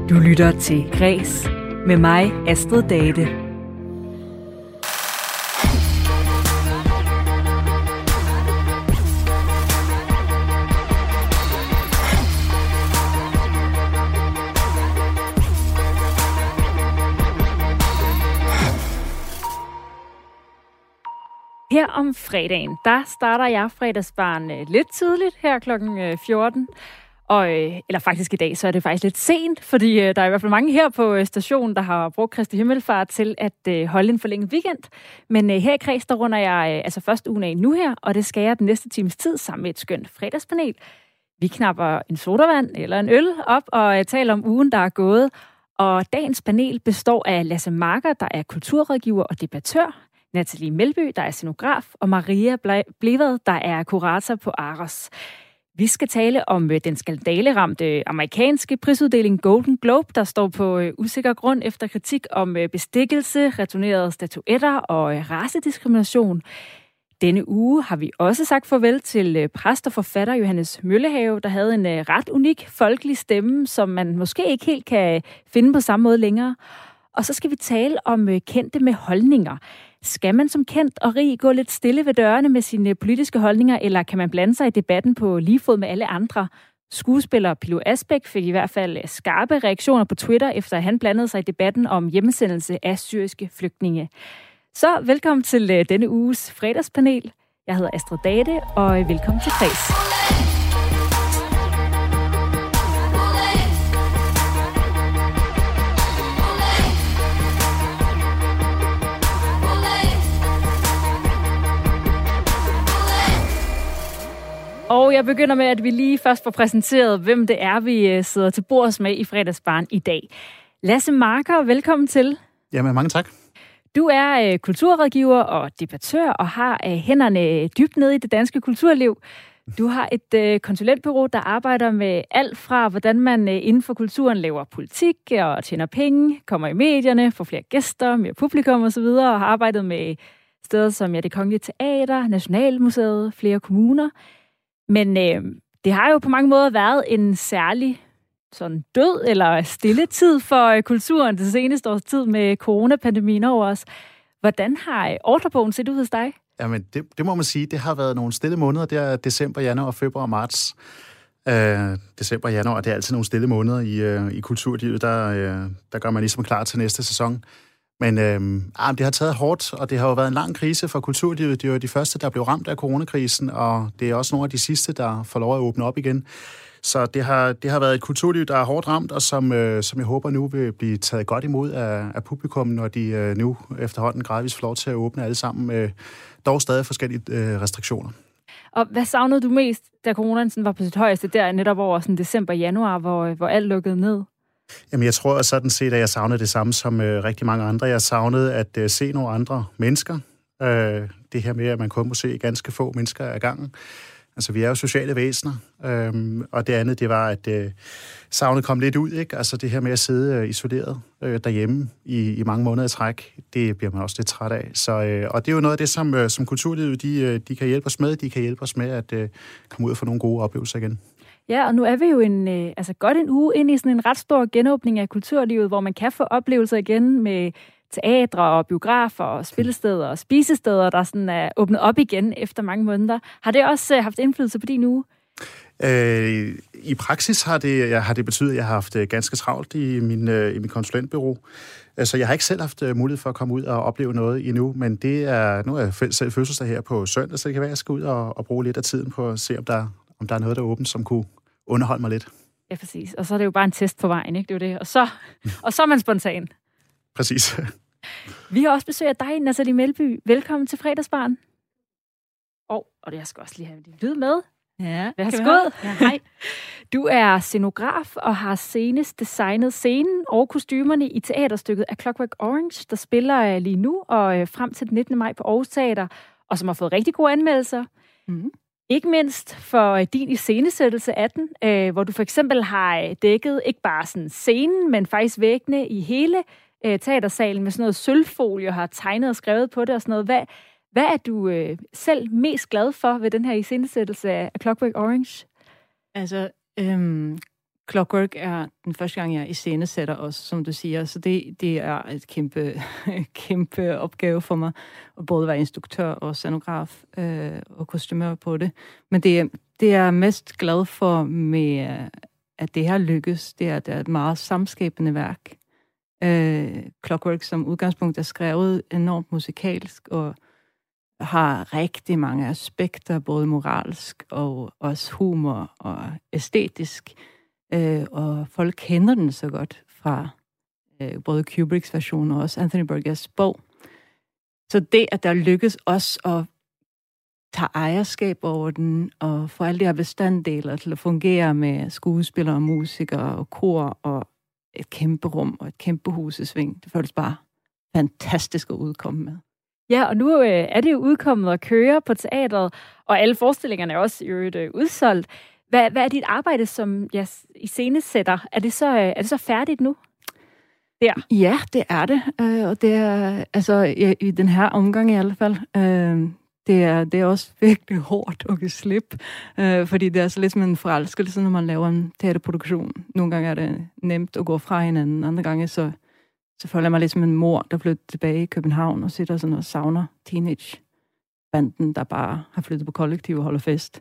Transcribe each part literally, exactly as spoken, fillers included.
Du lytter til Græs med mig, Astrid Date. Her om fredagen, der starter jeg fredagsbaren lidt tidligt, her klokken fjorten. Og, eller faktisk i dag, så er det faktisk lidt sent, fordi der er i hvert fald mange her på stationen, der har brugt Kristi Himmelfart til at holde en forlænget weekend. Men her i Kreds, der runder jeg altså først ugen af nu her, og det skal jeg den næste times tid sammen med et skønt fredagspanel. Vi knapper en sodavand eller en øl op og taler om ugen, der er gået. Og dagens panel består af Lasse Marker, der er kulturrådgiver og debattør, Nathalie Melby, der er scenograf, og Maria Blevad, der er kurator på Aros. Vi skal tale om den skandaleramte amerikanske prisuddeling Golden Globe, der står på usikker grund efter kritik om bestikkelse, returnerede statuetter og racediskrimination. Denne uge har vi også sagt farvel til præst og forfatter Johannes Møllehave, der havde en ret unik folkelig stemme, som man måske ikke helt kan finde på samme måde længere. Og så skal vi tale om kendte med holdninger. Skal man som kendt og rig gå lidt stille ved dørene med sine politiske holdninger, eller kan man blande sig i debatten på lige fod med alle andre? Skuespiller Pilo Asbæk fik i hvert fald skarpe reaktioner på Twitter, efter at han blandede sig i debatten om hjemmesendelse af syriske flygtninge. Så velkommen til denne uges fredagspanel. Jeg hedder Astrid Date, og velkommen til Kreds. Og jeg begynder med, at vi lige først får præsenteret, hvem det er, vi sidder til bords med i fredagsbaren i dag. Lasse Marker, velkommen til. Jamen, mange tak. Du er øh, kulturrådgiver og debattør og har øh, hænderne dybt nede i det danske kulturliv. Du har et øh, konsulentbureau, der arbejder med alt fra, hvordan man øh, inden for kulturen laver politik og tjener penge, kommer i medierne, får flere gæster, mere publikum osv., og har arbejdet med steder som ja, Det Kongelige Teater, Nationalmuseet, flere kommuner. Men øh, det har jo på mange måder været en særlig sådan død eller stille tid for øh, kulturen det seneste års tid med coronapandemien over os. Hvordan har øh, ordrebogen set ud hos dig? Jamen, det, det må man sige. Det har været nogle stille måneder. Det er december, januar, februar og marts. Øh, december og januar, det er altid nogle stille måneder i, øh, i kulturlivet. Der, øh, der gør man ligesom klar til næste sæson. Men øh, det har taget hårdt, og det har jo været en lang krise for kulturlivet. Det er jo de første, der blev ramt af coronakrisen, og det er også nogle af de sidste, der får lov at åbne op igen. Så det har, det har været et kulturliv, der er hårdt ramt, og som, øh, som jeg håber nu vil blive taget godt imod af, af publikum, når de øh, nu efterhånden gradvist får lov til at åbne alle sammen med dog stadig forskellige øh, restriktioner. Og hvad savnede du mest, da coronaen var på sit højeste, der netop over sådan december og januar, hvor, hvor alt lukkede ned? Jamen, jeg tror sådan set, at jeg savnede det samme som øh, rigtig mange andre. Jeg savnede at øh, se nogle andre mennesker. Øh, det her med, at man kun må se ganske få mennesker ad gangen. Altså, vi er jo sociale væsener. Øh, og det andet, det var, at øh, savnet kom lidt ud, ikke? Altså, det her med at sidde øh, isoleret øh, derhjemme i, i mange måneder i træk, det bliver man også lidt træt af. Så, øh, og det er jo noget af det, som, øh, som kulturlivet, de, de kan hjælpe os med. De kan hjælpe os med at øh, komme ud og få nogle gode oplevelser igen. Ja, og nu er vi jo en, øh, altså godt en uge ind i sådan en ret stor genåbning af kulturlivet, hvor man kan få oplevelser igen med teatre og biografer og spillesteder og spisesteder, der sådan er åbnet op igen efter mange måneder. Har det også øh, haft indflydelse på din uge? Øh, I praksis har det, ja, har det betydet, at jeg har haft ganske travlt i min, øh, i min konsulentbureau. Så jeg har ikke selv haft mulighed for at komme ud og opleve noget endnu, men det er, nu er jeg selv fødselsdag her på søndag, så det kan være, at jeg skal ud og, og bruge lidt af tiden på at se, om der, om der er noget, der er åbent, som kunne underholde mig lidt. Ja, præcis. Og så er det jo bare en test på vejen, ikke? Det er jo det. Og så, og så er man spontan. Præcis. Vi har også besøg af dig, Nathalie Melby. Velkommen til fredagsbaren. Og, og det jeg skal også lige have din lyd med. Ja, værsgo. Ja, hej. Du er scenograf og har senest designet scenen og kostymerne i teaterstykket A Clockwork Orange, der spiller lige nu og frem til den nittende maj på Aarhus Teater, og som har fået rigtig gode anmeldelser. Mm. Ikke mindst for din iscenesættelse af den, øh, hvor du for eksempel har dækket ikke bare sådan scenen, men faktisk væggene i hele øh, teatersalen med sådan noget sølvfolie og har tegnet og skrevet på det og sådan noget. Hvad, hvad er du øh, selv mest glad for ved den her iscenesættelse af Clockwork Orange? Altså, øhm, Clockwork er den første gang, jeg iscenesætter også, som du siger. Så det, det er et kæmpe, kæmpe opgave for mig, at både være instruktør og scenograf øh, og kostymør på det. Men det, det er jeg mest glad for med, at det her lykkes. Det er, det er et meget samskabende værk. Øh, Clockwork som udgangspunkt er skrevet enormt musikalsk og har rigtig mange aspekter, både moralsk og også humor og æstetisk. Øh, og folk kender den så godt fra øh, både Kubricks version og også Anthony Burgess bog. Så det, at der lykkes os at tage ejerskab over den og få alle de her bestanddele til at fungere med skuespillere og musikere og kor og et kæmpe rum og et kæmpe hus i sving, det føles bare fantastisk at udkomme med. Ja, og nu øh, er det jo udkommet og kører på teatret, og alle forestillingerne er også i øvrigt øh, udsolgt. Hvad, hvad er dit arbejde som ja, iscenesætter? Er det så er det så færdigt nu? Der. Ja, det er det. Øh, og det er altså ja, i den her omgang i hvert fald. Øh, det er det er også virkelig hårdt at give slip, øh, fordi det er så lidt som en forelskelse, når man laver en teaterproduktion. Nogle gange er det nemt at gå fra hinanden, andre gange så så føler jeg mig lidt som en mor, der flytter tilbage i København og sitter sådan og savner teenage-banden, der bare har flyttet på kollektiv og holder fest.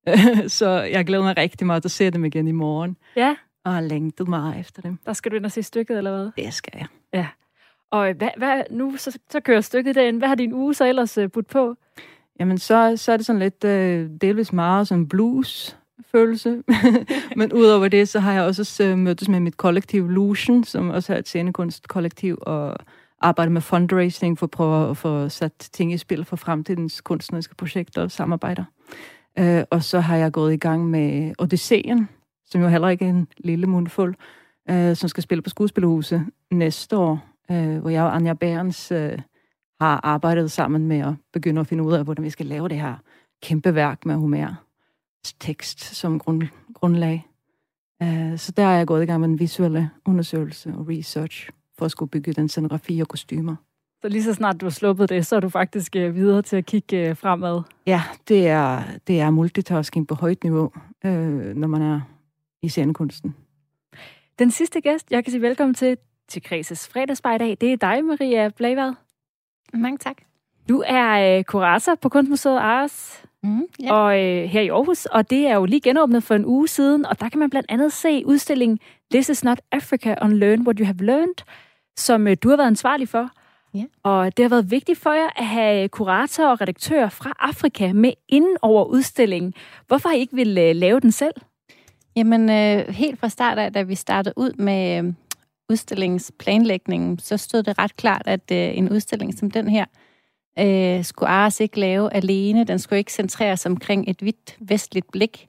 Så jeg glæder mig rigtig meget til at se dem igen i morgen. Ja. Og har længtet meget efter dem. Der skal du ind og se stykket, eller hvad? Det skal jeg. Ja. Og hvad, hvad, nu så, så kører stykket derind. Hvad har din uge så ellers uh, budt på? Jamen, så, så er det sådan lidt uh, delvis meget som blues følelse. Men udover det, så har jeg også uh, mødtes med mit kollektiv Lusion, som også er et scenekunstkollektiv, og arbejder med fundraising for at prøve at få sat ting i spil for fremtidens kunstneriske projekter og samarbejder. Uh, og så har jeg gået i gang med Odysseen, som jo heller ikke er en lille mundfuld, uh, som skal spille på Skuespillerhuset næste år, uh, hvor jeg og Anja Behrens uh, har arbejdet sammen med at begynde at finde ud af, hvordan vi skal lave det her kæmpe værk med Homer tekst som grund, grundlag. Uh, så der er jeg gået i gang med en visuelle undersøgelse og research for at skulle bygge den scenografi og kostymer. Så lige så snart du har sluppet det, så er du faktisk uh, videre til at kigge uh, fremad. Ja, det er, det er multitasking på højt niveau, uh, når man er i scenekunsten. Den sidste gæst, jeg kan sige velkommen til, til Kredses fredagsspejdag, det er dig, Maria Blævad. Mange tak. Du er uh, kurator på Kunstmuseet Ars. Mm, ja. Og øh, her i Aarhus, og det er jo lige genåbnet for en uge siden, og der kan man blandt andet se udstillingen This is not Africa, Unlearn what you have learned, som øh, du har været ansvarlig for. Ja. Og det har været vigtigt for jer at have kuratorer og redaktører fra Afrika med inden over udstillingen. Hvorfor har I ikke ville øh, lave den selv? Jamen, øh, helt fra start af, da vi startede ud med øh, udstillingsplanlægningen, så stod det ret klart, at øh, en udstilling som den her, Øh, skulle Ars ikke lave alene. Den skulle ikke centreres omkring et hvidt vestligt blik.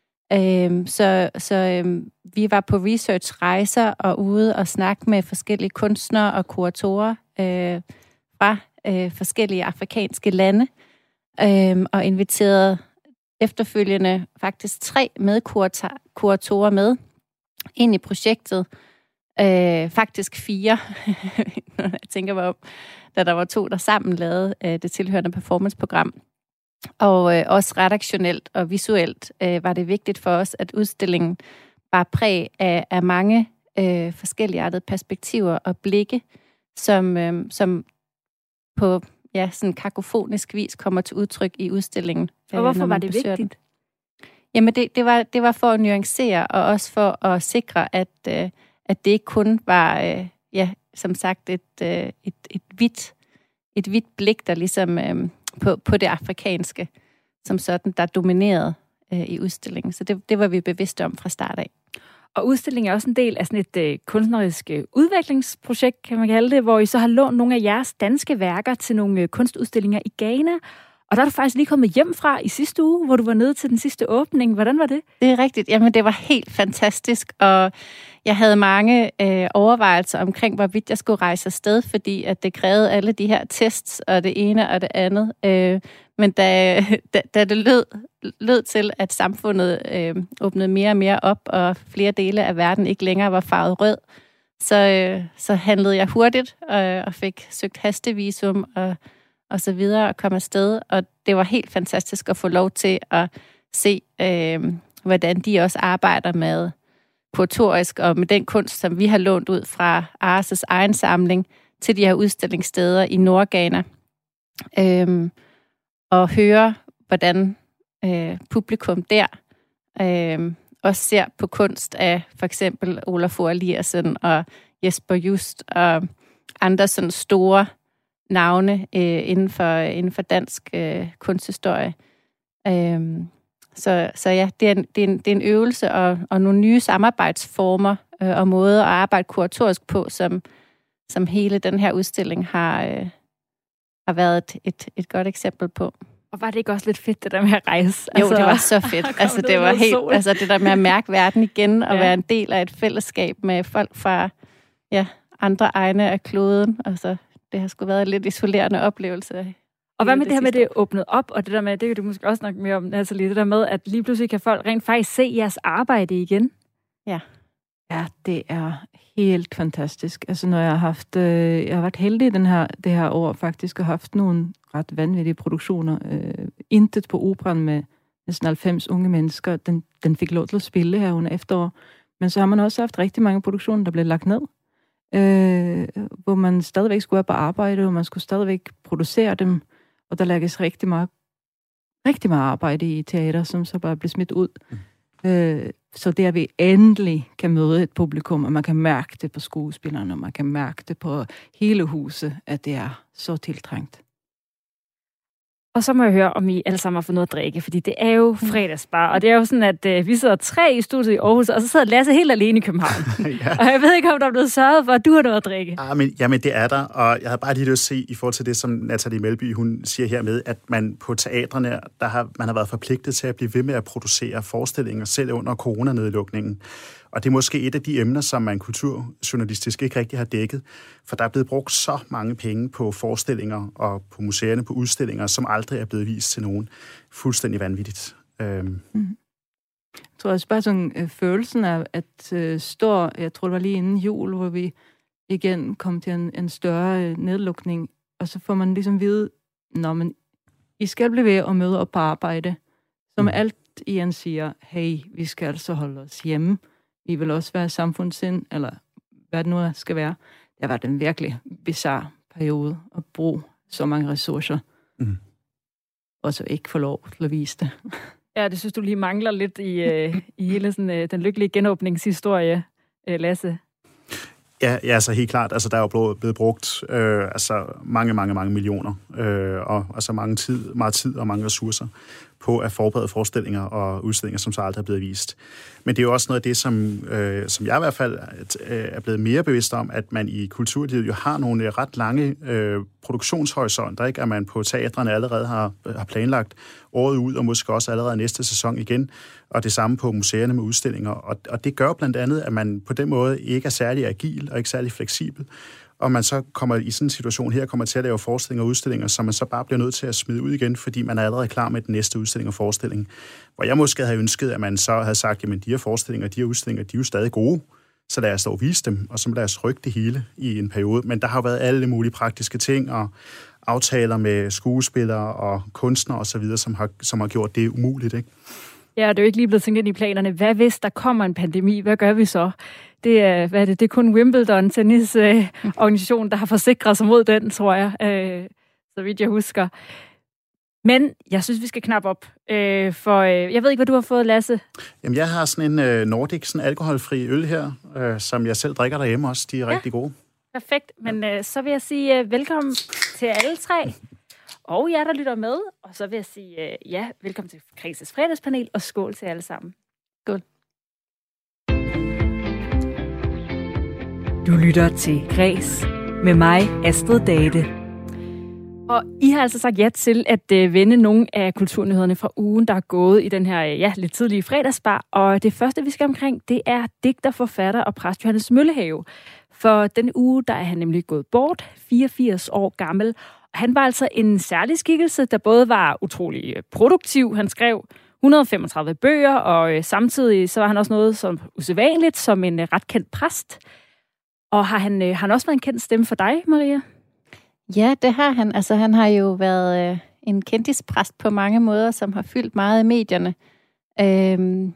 Øh, så så øh, vi var på research-rejser og ude og snakke med forskellige kunstnere og kuratorer øh, fra øh, forskellige afrikanske lande, øh, og inviterede efterfølgende faktisk tre medkuratorer med ind i projektet. Øh, faktisk fire, når jeg tænker mig om, da der var to, der sammen lavede øh, det tilhørende performanceprogram. Og øh, også redaktionelt og visuelt øh, var det vigtigt for os, at udstillingen var præg af, af mange øh, forskelligartede perspektiver og blikke, som, øh, som på ja, sådan kakofonisk vis kommer til udtryk i udstillingen. Og hvorfor var det vigtigt? Den. Jamen, det, det, var, det var for at nuancere, og også for at sikre, at, øh, at det ikke kun var... Øh, ja, som sagt, et, et, et, hvidt, et hvidt blik, der ligesom øh, på, på det afrikanske, som sådan, der dominerede øh, i udstillingen. Så det, det var vi bevidste om fra start af. Og udstillingen er også en del af sådan et øh, kunstnerisk øh, udviklingsprojekt, kan man kalde det, hvor I så har lånt nogle af jeres danske værker til nogle øh, kunstudstillinger i Ghana. Og der er du faktisk lige kommet hjem fra i sidste uge, hvor du var nede til den sidste åbning. Hvordan var det? Det er rigtigt. Jamen, det var helt fantastisk, og jeg havde mange øh, overvejelser omkring, hvorvidt jeg skulle rejse afsted, fordi at det krævede alle de her tests, og det ene og det andet. Øh, men da, da, da det lød, lød til, at samfundet øh, åbnede mere og mere op, og flere dele af verden ikke længere var farvet rød, så, øh, så handlede jeg hurtigt øh, og fik søgt hastevisum og og så videre, og kom afsted, og det var helt fantastisk at få lov til at se, øh, hvordan de også arbejder med kuratorisk og med den kunst, som vi har lånt ud fra Ares' egen samling til de her udstillingssteder i Nordghana. Øhm, og høre, hvordan øh, publikum der øh, også ser på kunst af for eksempel Olafur Eliasson og Jesper Just og andre sådan store navne øh, inden, for, inden for dansk øh, kunsthistorie. Øhm, så, så ja, det er en, det er en, det er en øvelse og, og nogle nye samarbejdsformer øh, og måder at arbejde kuratorisk på, som, som hele den her udstilling har, øh, har været et, et, et godt eksempel på. Og var det ikke også lidt fedt, det der med at rejse? Jo, altså, det var så fedt. Altså, det var helt, sol. altså det der med at mærke verden igen og ja. være en del af et fællesskab med folk fra ja, andre egne af kloden. Altså, det har sgu været en lidt isolerende oplevelse. Og hvad med det, det her med, det åbnet op, og det der med, det kan du måske også snakke mere om, altså lige det der med, at lige pludselig kan folk rent faktisk se jeres arbejde igen? Ja. Ja, det er helt fantastisk. Altså, når jeg har haft, øh, jeg har været heldig den her, det her år faktisk, og haft nogle ret vanvittige produktioner. Øh, Intet på operan med næsten halvfems unge mennesker. Den, den fik lov til at spille her under efterår. Men så har man også haft rigtig mange produktioner, der blev lagt ned. Øh, hvor man stadigvæk skulle være på arbejde, og man skulle stadigvæk producere dem. Og der lægges rigtig meget, rigtig meget arbejde i teater, som så bare bliver smidt ud. Mm. Øh, så der vi endelig kan møde et publikum, og man kan mærke det på skuespillerne, og man kan mærke det på hele huset, at det er så tiltrængt. Og så må jeg høre, om I alle sammen har fået noget at drikke, fordi det er jo fredagsbar, og det er jo sådan, at øh, vi sidder tre i studiet i Aarhus, og så sidder Lasse helt alene i København. ja. Og jeg ved ikke, om der er blevet sørget for, at du har noget at drikke. Ah, men, jamen, det er der, og jeg har bare lige lyst at se, i forhold til det, som Nathalie Melby, hun siger her med, at man på teatrene, der har man har været forpligtet til at blive ved med at producere forestillinger, selv under coronanedlukningen. Og det er måske et af de emner, som man kulturjournalistisk ikke rigtig har dækket, for der er blevet brugt så mange penge på forestillinger og på museerne, på udstillinger, som aldrig er blevet vist til nogen. Fuldstændig vanvittigt. Øhm. Mm. Jeg tror også bare sådan øh, følelsen af at øh, stå, jeg tror det var lige inden jul, hvor vi igen kom til en, en større øh, nedlukning, og så får man ligesom vide, nå, men I skal blive ved at møde op på arbejde, som mm. alt igen siger, hey, vi skal altså holde os hjemme. Vi vil også være samfundssind, eller hvad det nu skal være. Det har været en virkelig bizarre periode at bruge så mange ressourcer, mm. og så ikke få lov til at vise det. Ja, det synes du lige mangler lidt i, øh, i hele sådan, øh, den lykkelige genåbningshistorie, øh, Lasse. Ja, ja, altså helt klart. Altså, der er jo blevet brugt øh, altså mange, mange, mange millioner, øh, og altså mange tid, meget tid og mange ressourcer på at forberede forestillinger og udstillinger, som så aldrig er blevet vist. Men det er jo også noget af det, som, øh, som jeg i hvert fald er blevet mere bevidst om, at man i kulturlivet jo har nogle ret lange øh, produktionshorisonter, ikke? At man på teatrene allerede har, har planlagt året ud, og måske også allerede næste sæson igen, og det samme på museerne med udstillinger. Og, og det gør blandt andet, at man på den måde ikke er særlig agil og ikke særlig fleksibel, og man så kommer i sådan en situation her, kommer til at lave forestillinger og udstillinger, som man så bare bliver nødt til at smide ud igen, fordi man er allerede klar med den næste udstilling og forestilling. Hvor jeg måske havde ønsket, at man så havde sagt, jamen de her forestillinger, de her udstillinger, de er jo stadig gode, så lad os dog vise dem, og så lad os rykke det hele i en periode. Men der har jo været alle mulige praktiske ting, og aftaler med skuespillere og kunstnere osv., som har, som har gjort det umuligt, ikke? Ja, det er jo ikke lige blevet tænkt ind i planerne. Hvad hvis der kommer en pandemi? Hvad gør vi så? Det er, hvad er det? Det er kun Wimbledon tennisorganisation, øh, der har forsikret sig mod den, tror jeg, øh, så vidt jeg husker. Men jeg synes, vi skal knappe op, øh, for øh, jeg ved ikke, hvad du har fået, Lasse. Jamen, jeg har sådan en øh, Nordic, sådan alkoholfri øl her, øh, som jeg selv drikker derhjemme også. De er ja. rigtig gode. Perfekt, men øh, så vil jeg sige øh, velkommen til alle tre. Og jer, der lytter med. Og så vil jeg sige, øh, ja, velkommen til Kredses fredagspanel, og skål til alle sammen. Skål. Du lytter til Kreds med mig, Astrid Date. Og I har altså sagt ja til at øh, vende nogle af kulturnyhederne fra ugen, der er gået i den her ja, lidt tidlige fredagsbar. Og det første, vi skal omkring, det er digter, forfatter og præst Johannes Møllehave. For den uge, der er han nemlig gået bort, fireogfirs år gammel. Han var altså en særlig skikkelse, der både var utrolig produktiv. Han skrev et hundrede og femogtredive bøger, og øh, samtidig så var han også noget som usædvanligt, som en øh, ret kendt præst. Og har han, øh, har han også været en kendt stemme for dig, Maria? Ja, det har han. Altså, han har jo været øh, en kendispræst på mange måder, som har fyldt meget i medierne. Øhm,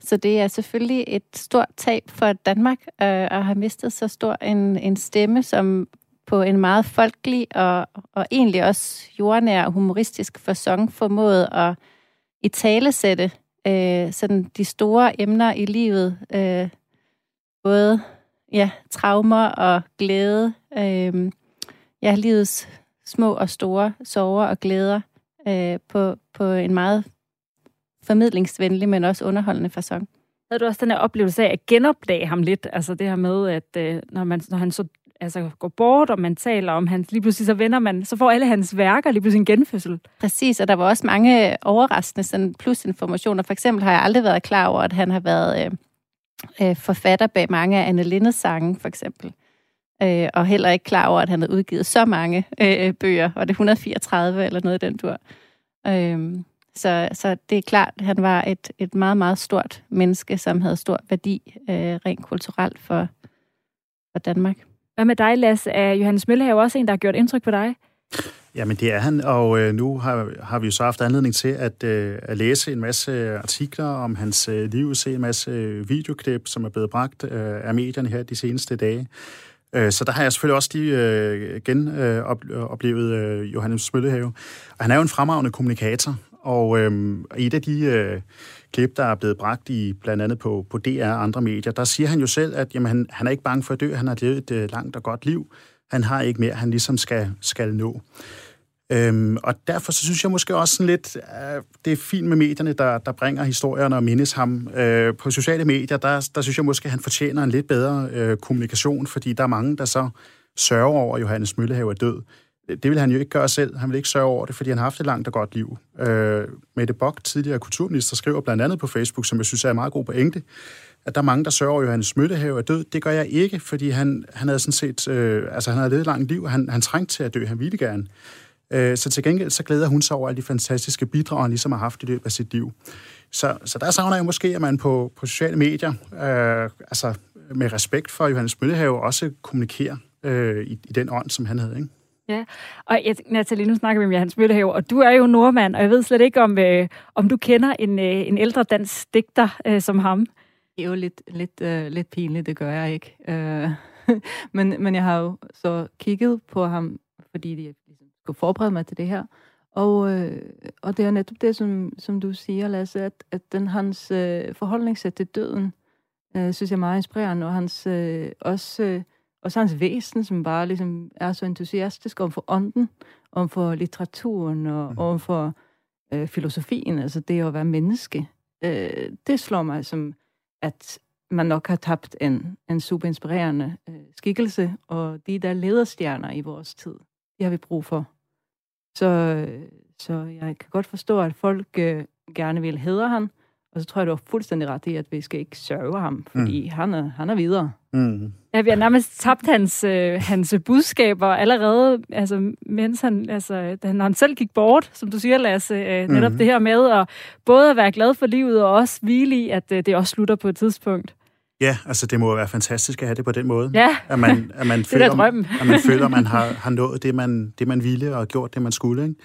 Så det er selvfølgelig et stort tab for Danmark øh, at have mistet så stor en, en stemme, som på en meget folkelig og, og egentlig også jordnær og humoristisk facon formåede at italesætte øh, sådan de store emner i livet. Øh, både ja, traumer og glæde. Øh, ja, livets små og store sorger og glæder øh, på, på en meget formidlingsvenlig, men også underholdende facon. Havde du også den her oplevelse af at genopdage ham lidt? Altså det her med, at øh, når, man, når han så altså, går bort, og man taler om han, lige pludselig så vender man, så får alle hans værker lige pludselig en genfødsel. Præcis, og der var også mange overraskende sådan, plusinformationer. For eksempel har jeg aldrig været klar over, at han har været øh, øh, forfatter bag mange af Anne Lindes sange, for eksempel. Øh, og heller ikke klar over, at han havde udgivet så mange øh, bøger. Var det et hundrede og fireogtredive eller noget i den tur? Øh, Så, så det er klart, at han var et, et meget, meget stort menneske, som havde stor værdi øh, rent kulturelt for, for Danmark. Hvad med dig, Lasse? Er Johannes Møllehave også en, der har gjort indtryk på dig? Jamen det er han, og øh, nu har, har vi jo så haft anledning til at, øh, at læse en masse artikler om hans øh, liv, se en masse videoklip, som er blevet bragt øh, af medierne her de seneste dage. Øh, så der har jeg selvfølgelig også lige øh, genoplevet øh, øh, Johannes Møllehave. Og han er jo en fremragende kommunikator, og øh, i et af de øh, klip, der er blevet bragt i blandt andet på, på D R og andre medier, der siger han jo selv, at jamen, han, han er ikke bange for at dø, han har levet et øh, langt og godt liv. Han har ikke mere, han ligesom skal, skal nå. Øhm, og derfor så synes jeg måske også sådan lidt, øh, det er fint med medierne, der, der bringer historierne og mindes ham. Øh, på sociale medier, der, der synes jeg måske, han fortjener en lidt bedre øh, kommunikation, fordi der er mange, der så sørger over, at Johannes Møllehave er død. Det vil han jo ikke gøre selv. Han vil ikke sørge over det, fordi han har haft et langt og godt liv. Øh, Mette Bock, tidligere kulturminister, skriver blandt andet på Facebook, som jeg synes er en meget god pointe, at der er mange, der sørger over, at Johannes Møllehave er død. Det gør jeg ikke, fordi han, han havde sådan set, øh, altså han havde levet et langt liv, han, han trængte til at dø, han ville gerne. Øh, så til gengæld, så glæder hun sig over alle de fantastiske bidrag, han ligesom har haft i løbet af sit liv. Så, så der savner jeg måske, at man på, på sociale medier, øh, altså med respekt for Johannes Møllehave, også kommunikerer øh, i, i den ånd, som han havde, ikke? Ja, og jeg, Nathalie, nu snakker vi med Johannes Møllehave, og du er jo nordmand, og jeg ved slet ikke, om, øh, om du kender en, øh, en ældre dansk digter øh, som ham. Det er jo lidt, lidt, øh, lidt pinligt, det gør jeg ikke. Øh, men, men jeg har jo så kigget på ham, fordi jeg ligesom skulle forberede mig til det her. Og, øh, og det er netop det, som, som du siger, Lasse, at, at den, hans øh, forholdningssæt til døden, øh, synes jeg er meget inspirerende, og hans, øh, også, øh, også hans væsen, som bare ligesom er så entusiastisk om for ånden, om for litteraturen og mm. om for øh, filosofien, altså det at være menneske. Øh, det slår mig som, at man nok har tabt en, en super inspirerende øh, skikkelse, og de der lederstjerner i vores tid, de har vi brug for. Så, så jeg kan godt forstå, at folk øh, gerne vil hædre ham, og så tror jeg, du har fuldstændig ret i, at vi skal ikke sørge ham, fordi mm. han, er, han er videre. Mm. Ja, vi har nærmest tabt hans, øh, hans budskaber allerede, altså, mens han, altså, når han selv gik bort, som du siger, Lasse, øh, netop mm. det her med at både at være glad for livet og også hvile i, at øh, det også slutter på et tidspunkt. Ja, altså det må være fantastisk at have det på den måde. Ja, at man, at man det føler, er drømmen. at man føler, at man har, har nået det man, det, man ville og gjort det, man skulle, ikke?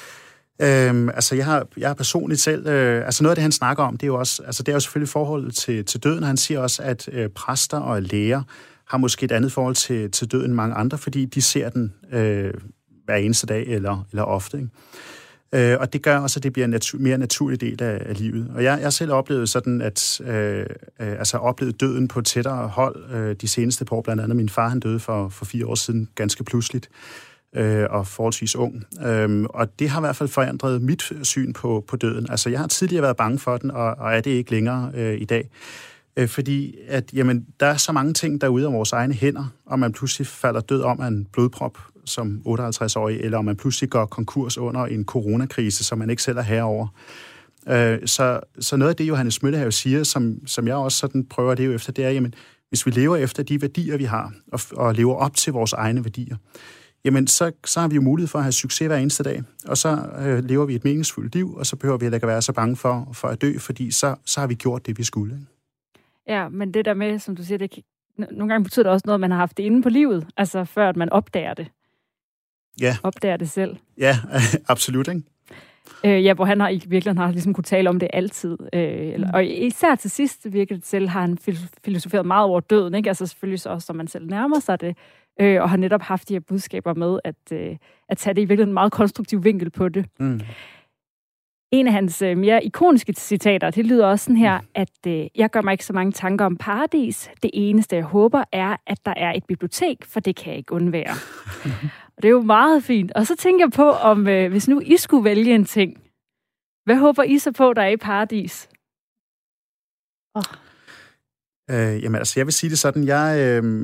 Øhm, altså, jeg har, jeg har personligt selv... Øh, altså, noget af det, han snakker om, det er jo også... Altså, det er jo selvfølgelig forholdet til, til døden. Han siger også, at øh, præster og læger har måske et andet forhold til, til døden end mange andre, fordi de ser den øh, hver eneste dag eller, eller ofte, ikke? Øh, og det gør også, at det bliver en natu- mere naturlig del af, af livet. Og jeg, jeg har selv oplevet sådan, at... Øh, øh, altså, oplevet døden på tættere hold øh, de seneste par år. Blandt andet min far, han døde for, for fire år siden, ganske pludseligt. Øh, og forholdsvis ung. Øhm, og det har i hvert fald forandret mit syn på, på døden. Altså, jeg har tidligere været bange for den, og, og er det ikke længere øh, i dag. Øh, fordi, at jamen, der er så mange ting, der er ude af vores egne hænder, og man pludselig falder død om af en blodprop som otteoghalvtreds-årig, eller om man pludselig går konkurs under en coronakrise, som man ikke selv er herover. Øh, så, så noget af det, Johannes Møllehave siger, som, som jeg også sådan prøver at leve efter, det er, jamen, hvis vi lever efter de værdier, vi har, og, og lever op til vores egne værdier, jamen så, så har vi jo mulighed for at have succes hver eneste dag, og så øh, lever vi et meningsfuldt liv, og så behøver vi heller ikke være så bange for, for at dø, fordi så, så har vi gjort det, vi skulle. Ja, men det der med, som du siger, det kan, nogle gange betyder det også noget, at man har haft det inde på livet, altså før at man opdager det. Ja. Opdager det selv. Ja, absolut, ikke? Øh, ja, hvor han har i virkeligheden har ligesom kunne tale om det altid. Øh, eller, mm. Og især til sidst, virker det til, har han filosoferet meget over døden, ikke? Altså selvfølgelig også, når man selv nærmer sig det, øh, og har netop haft de her budskaber med, at, øh, at tage det i virkeligheden en meget konstruktiv vinkel på det. Mm. En af hans øh, mere ikoniske citater, det lyder også sådan her, at øh, jeg gør mig ikke så mange tanker om paradis. Det eneste, jeg håber, er, at der er et bibliotek, for det kan jeg ikke undvære. Og det er jo meget fint. Og så tænker jeg på, om øh, hvis nu I skulle vælge en ting, hvad håber I så på, der er i paradis? Oh. Øh, jamen altså, jeg vil sige det sådan, jeg... Øh,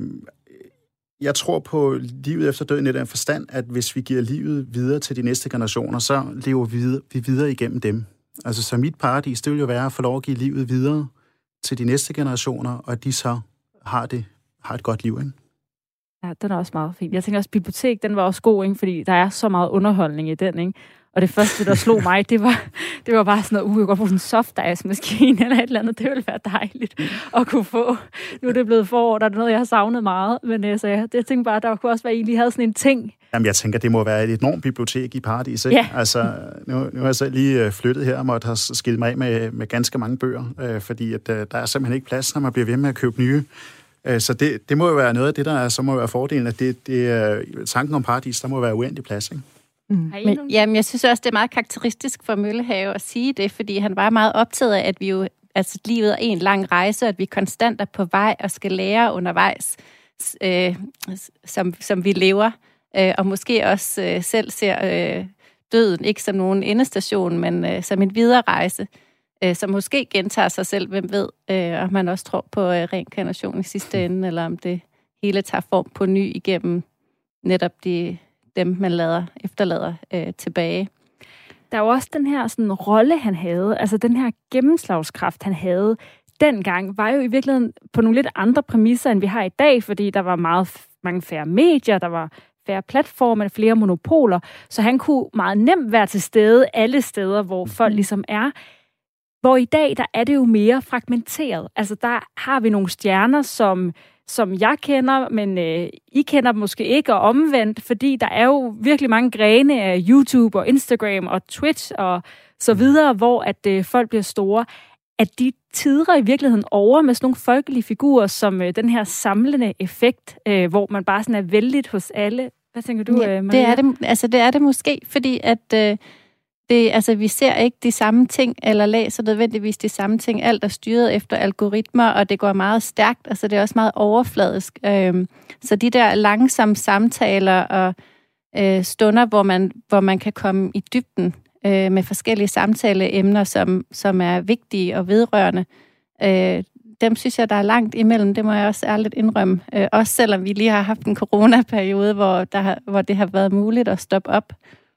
Jeg tror på livet efter døden i den forstand, at hvis vi giver livet videre til de næste generationer, så lever vi videre, vi videre igennem dem. Altså, så mit paradis, det vil jo være at få lov at give livet videre til de næste generationer, og at de så har, det, har et godt liv, ikke? Ja, den er også meget fin. Jeg tænker også, bibliotek, den var også god, ikke? Fordi der er så meget underholdning i den, ikke? Og det første, der slog mig, det var, det var bare sådan noget, uh, jeg kan godt få sådan en soft ice-maskine eller et eller andet. Det ville være dejligt at kunne få. Nu er det blevet forår, der er noget, jeg har savnet meget. Men altså, jeg, jeg tænkte bare, der kunne også være, at I lige havde sådan en ting. Jamen, jeg tænker, det må være et enormt bibliotek i paradis, ikke? Ja. Altså, nu, nu har jeg selv lige flyttet her og måtte have skilt mig af med, med ganske mange bøger, øh, fordi at, øh, der er simpelthen ikke plads, når man bliver ved med at købe nye. Øh, så det, det må jo være noget af det, der er, så må være fordelen, at det, det, øh, tanken om paradis, der må være uendelig plads, ikke? Mm. Men, jamen, jeg synes også, det er meget karakteristisk for Møllehave at sige det, fordi han var meget optaget af, at vi jo, altså livet er en lang rejse, at vi konstant er på vej og skal lære undervejs, øh, som, som vi lever, øh, og måske også øh, selv ser øh, døden ikke som nogen endestation, men øh, som en videre rejse, øh, som måske gentager sig selv, hvem ved, øh, om man også tror på øh, reinkarnation i sidste ende, eller om det hele tager form på ny igennem netop de dem, man lader, efterlader øh, tilbage. Der er jo også den her sådan, rolle, han havde, altså den her gennemslagskraft, han havde dengang, var jo i virkeligheden på nogle lidt andre præmisser, end vi har i dag, fordi der var meget mange færre medier, der var færre platforme, flere monopoler, så han kunne meget nemt være til stede alle steder, hvor folk ligesom er. Hvor i dag, der er det jo mere fragmenteret. Altså der har vi nogle stjerner, som som jeg kender, men øh, I kender dem måske ikke, og omvendt, fordi der er jo virkelig mange grene af YouTube og Instagram og Twitch og så videre, hvor at øh, folk bliver store, at de tider i virkeligheden over med sådan nogle folkelige figurer, som øh, den her samlende effekt, øh, hvor man bare sådan er vældigt hos alle. Hvad tænker du, ja, øh, Maria? Det er det, altså det er det måske, fordi at øh, det, altså, vi ser ikke de samme ting, eller læser nødvendigvis de samme ting. Alt er styret efter algoritmer, og det går meget stærkt. Altså, det er også meget overfladisk. Øhm, så de der langsomme samtaler og øh, stunder, hvor man, hvor man kan komme i dybden øh, med forskellige samtaleemner, som, som er vigtige og vedrørende, øh, dem synes jeg, der er langt imellem. Det må jeg også ærligt indrømme. Øh, også selvom vi lige har haft en coronaperiode, hvor, der har, hvor det har været muligt at stoppe op.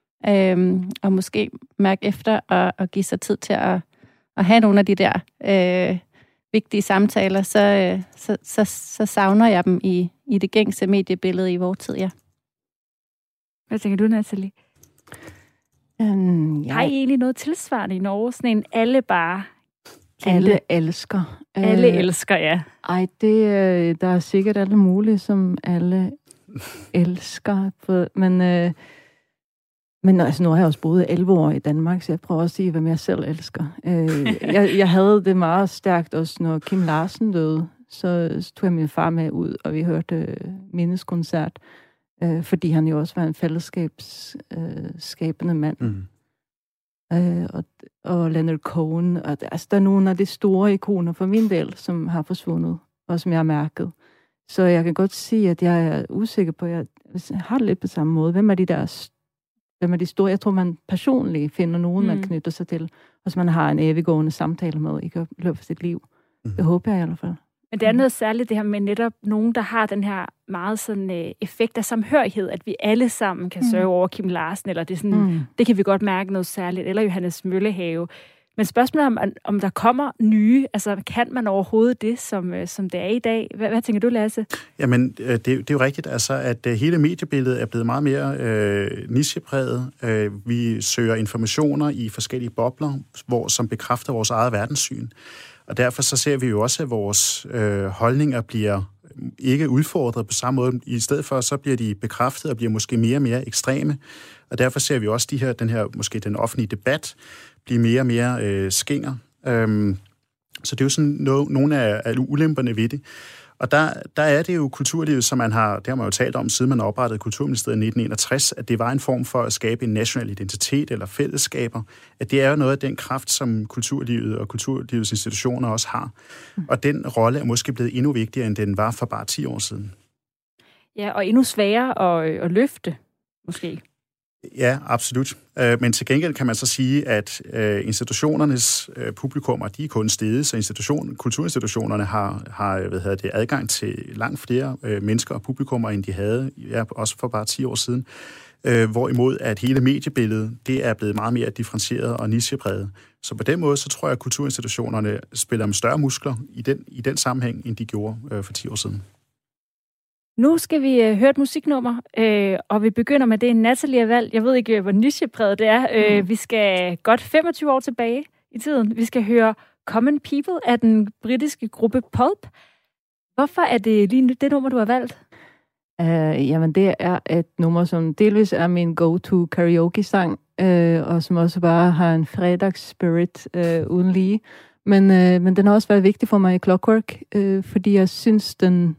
Øhm, og måske mærke efter og, og give sig tid til at, at have nogle af de der øh, vigtige samtaler, så, øh, så, så, så savner jeg dem i, i det gængse mediebillede i vores tid, ja. Hvad tænker du, Nathalie? Um, jeg... Har I egentlig noget tilsvarende i Norge? Sådan en alle bare kendte? Alle elsker. Alle uh, elsker, ja. Ej, det, der er sikkert alle mulige, som alle elsker. Men... Uh, Men altså, nu har jeg også boet elleve år i Danmark, så jeg prøver også at sige, hvem jeg selv elsker. Øh, jeg, jeg havde det meget stærkt også, når Kim Larsen døde. Så, så tog jeg min far med ud, og vi hørte øh, mindeskoncert, øh, fordi han jo også var en fællesskabsskabende øh, mand. Mm. Øh, og, og Leonard Cohen. Og, altså, der er nogle af de store ikoner for min del, som har forsvundet, og som jeg har mærket. Så jeg kan godt sige, at jeg er usikker på, at jeg har det lidt på samme måde. Hvem er de der Hvem er de store? Jeg tror, man personligt finder nogen, man mm. knytter sig til, og som man har en eviggående samtale med i løbet af sit liv. Mm. Det håber jeg i hvert fald. Men det er noget særligt det her med netop nogen, der har den her meget sådan øh, effekt af samhørighed, at vi alle sammen kan sørge mm. over Kim Larsen, eller det er sådan, mm. det kan vi godt mærke noget særligt, eller Johannes Møllehave. Men spørgsmålet om, om der kommer nye, altså kan man overhovedet det, som, som det er i dag? Hvad, hvad tænker du, Lasse? Jamen, det, det er jo rigtigt, altså, at hele mediebilledet er blevet meget mere øh, nichepræget. Øh, vi søger informationer i forskellige bobler, hvor, som bekræfter vores eget verdenssyn. Og derfor så ser vi jo også, at vores øh, holdninger bliver ikke udfordret på samme måde. I stedet for, så bliver de bekræftet og bliver måske mere og mere ekstreme. Og derfor ser vi også de her, den her, måske den offentlige debat blive mere og mere øh, skinger. Øhm, så det er jo sådan no, nogle af, af ulemperne ved det. Og der, der er det jo kulturlivet, som man har, det har man jo talt om, siden man oprettede Kulturministeriet i nitten enogtres, at det var en form for at skabe en national identitet eller fællesskaber. At det er jo noget af den kraft, som kulturlivet og kulturlivets institutioner også har. Og den rolle er måske blevet endnu vigtigere, end den var for bare ti år siden. Ja, og endnu sværere at, at løfte, måske. Ja, absolut. Men til gengæld kan man så sige, at institutionernes publikummer, de er kun steget, så institution, kulturinstitutionerne har, har hvad hedder det, adgang til langt flere mennesker og publikummer, end de havde, ja, også for bare ti år siden. Hvorimod at hele mediebilledet, det er blevet meget mere differentieret og nichepræget. Så på den måde, så tror jeg, at kulturinstitutionerne spiller med større muskler i den, i den sammenhæng, end de gjorde for ti år siden. Nu skal vi øh, høre et musiknummer, øh, og vi begynder med det, Natalie har valgt. Jeg ved ikke, hvor nichepræget det er. Øh, mm. Vi skal godt femogtyve år tilbage i tiden. Vi skal høre Common People af den britiske gruppe Pulp. Hvorfor er det lige det nummer, du har valgt? Uh, jamen, det er et nummer, som delvis er min go-to karaoke-sang, uh, og som også bare har en fredagsspirit uh, uden lige. Men, uh, men den har også været vigtig for mig i Clockwork, uh, fordi jeg synes, den...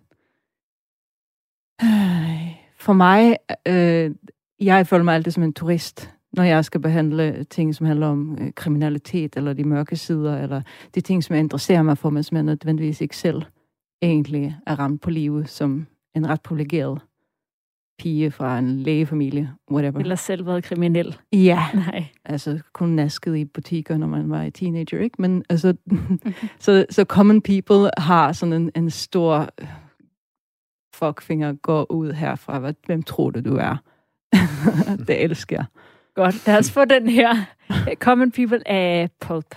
For mig, øh, jeg føler mig altid som en turist, når jeg skal behandle ting, som handler om øh, kriminalitet, eller de mørke sider, eller de ting, som jeg interesserer mig for, men som jeg nødvendigvis ikke selv egentlig er ramt på livet, som en ret privilegeret pige fra en lægefamilie, whatever. Eller selv været kriminel. Ja, nej. Altså kun nasket i butikker, når man var teenager, ikke? Men altså, så, så Common People har sådan en, en stor... fuckfinger går ud herfra. Hvem tror du, du er? Det elsker jeg. Godt, lad os få den her Common People af Pulp.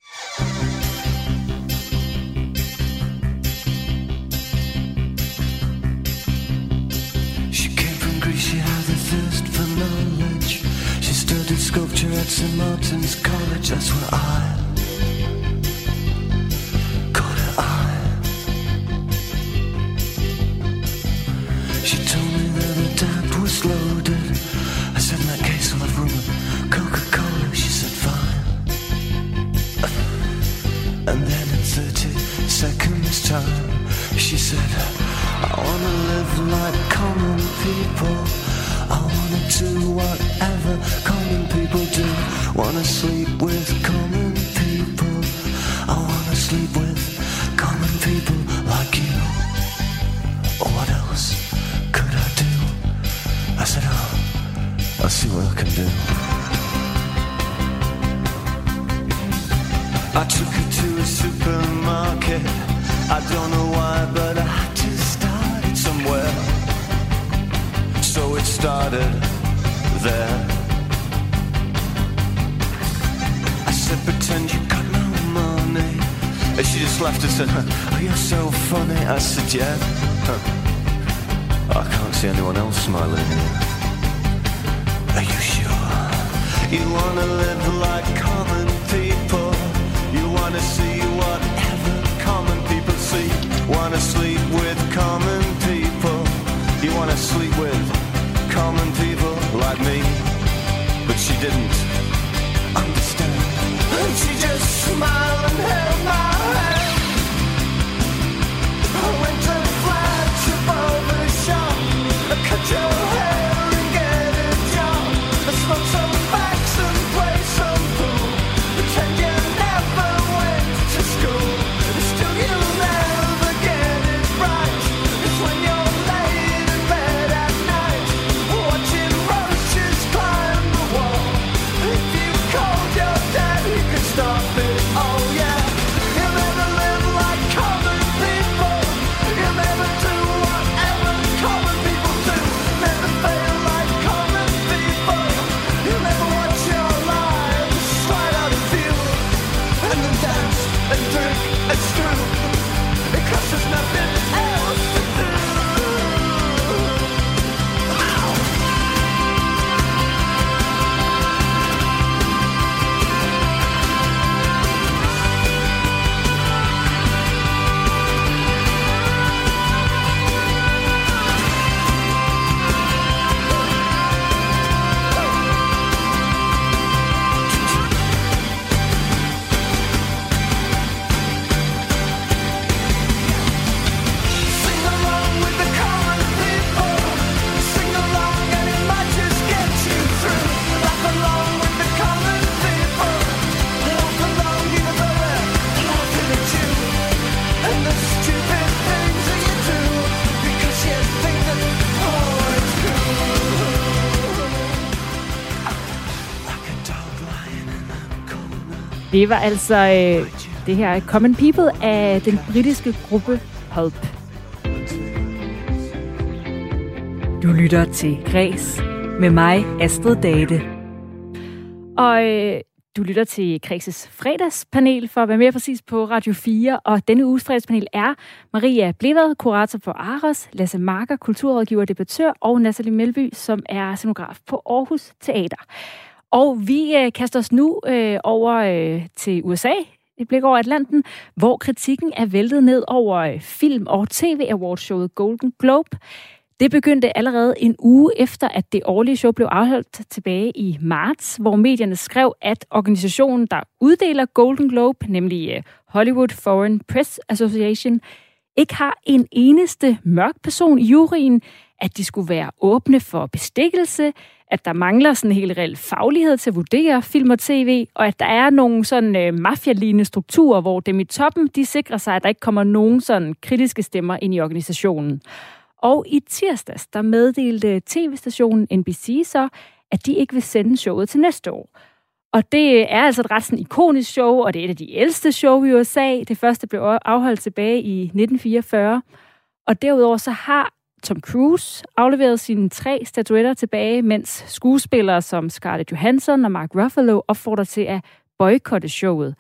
She came from Greece, she had a thirst for knowledge. She studied sculpture at Saint Martin's College. That's where I caught her eye. She told me that the tap was loaded. I said, in that case, I'll have room of Coca-Cola. She said, fine. And then in thirty seconds time, she said, I wanna live like common people. I wanna do whatever common people do. Wanna sleep with common people. I wanna sleep with common people like you. What else could I do? I said, oh, I'll see what I can do. I took her to a supermarket. I don't know why, but I had to start it somewhere. So it started there. I said, pretend you got no money. And she just laughed and said, oh, you're so funny. I said, yeah. Huh. I can't see anyone else smiling here. Are you sure? You wanna live like common people. You wanna see whatever common people see. Wanna sleep with common people. You wanna sleep with common people like me. But she didn't understand. And she just smiled and held my hand. I went to flash above the shop. I cut your hair and get a job. I smoke some facts and play some pool. Pretend you never went to school. Still you'll never get it right. It's when you're laid in bed at night, watching roaches climb the wall. If you called your dad, he could stop it. Oh yeah. Det var altså øh, det her Common People af den britiske gruppe Pulp. Du lytter til Græs med mig, Astrid Date. Og øh, du lytter til Græs' fredagspanel for at være mere præcis på Radio fire. Og denne uges fredagspanel er Maria Blevad, kurator på Aros, Lasse Marker, kulturrådgiver og debattør, og Natalie Melby, som er scenograf på Aarhus Teater. Og vi øh, kaster os nu øh, over øh, til U S A, et blik over Atlanten, hvor kritikken er væltet ned over øh, film- og tv-awardshowet Golden Globe. Det begyndte allerede en uge efter, at det årlige show blev afholdt tilbage i marts, hvor medierne skrev, at organisationen, der uddeler Golden Globe, nemlig Hollywood Foreign Press Association, ikke har en eneste mørk person i juryen, at de skulle være åbne for bestikkelse, at der mangler sådan en helt reel faglighed til at vurdere film og tv, og at der er nogle sådan uh, mafia-lignende strukturer, hvor dem i toppen, de sikrer sig, at der ikke kommer nogen sådan kritiske stemmer ind i organisationen. Og i tirsdags, der meddelte tv-stationen N B C så, at de ikke vil sende showet til næste år. Og det er altså et ret sådan ikonisk show, og det er et af de ældste show i U S A. Det første blev afholdt tilbage i nitten fireogfyrre. Og derudover så har Tom Cruise afleveret sine tre statuetter tilbage, mens skuespillere som Scarlett Johansson og Mark Ruffalo opfordrer til at boykotte showet.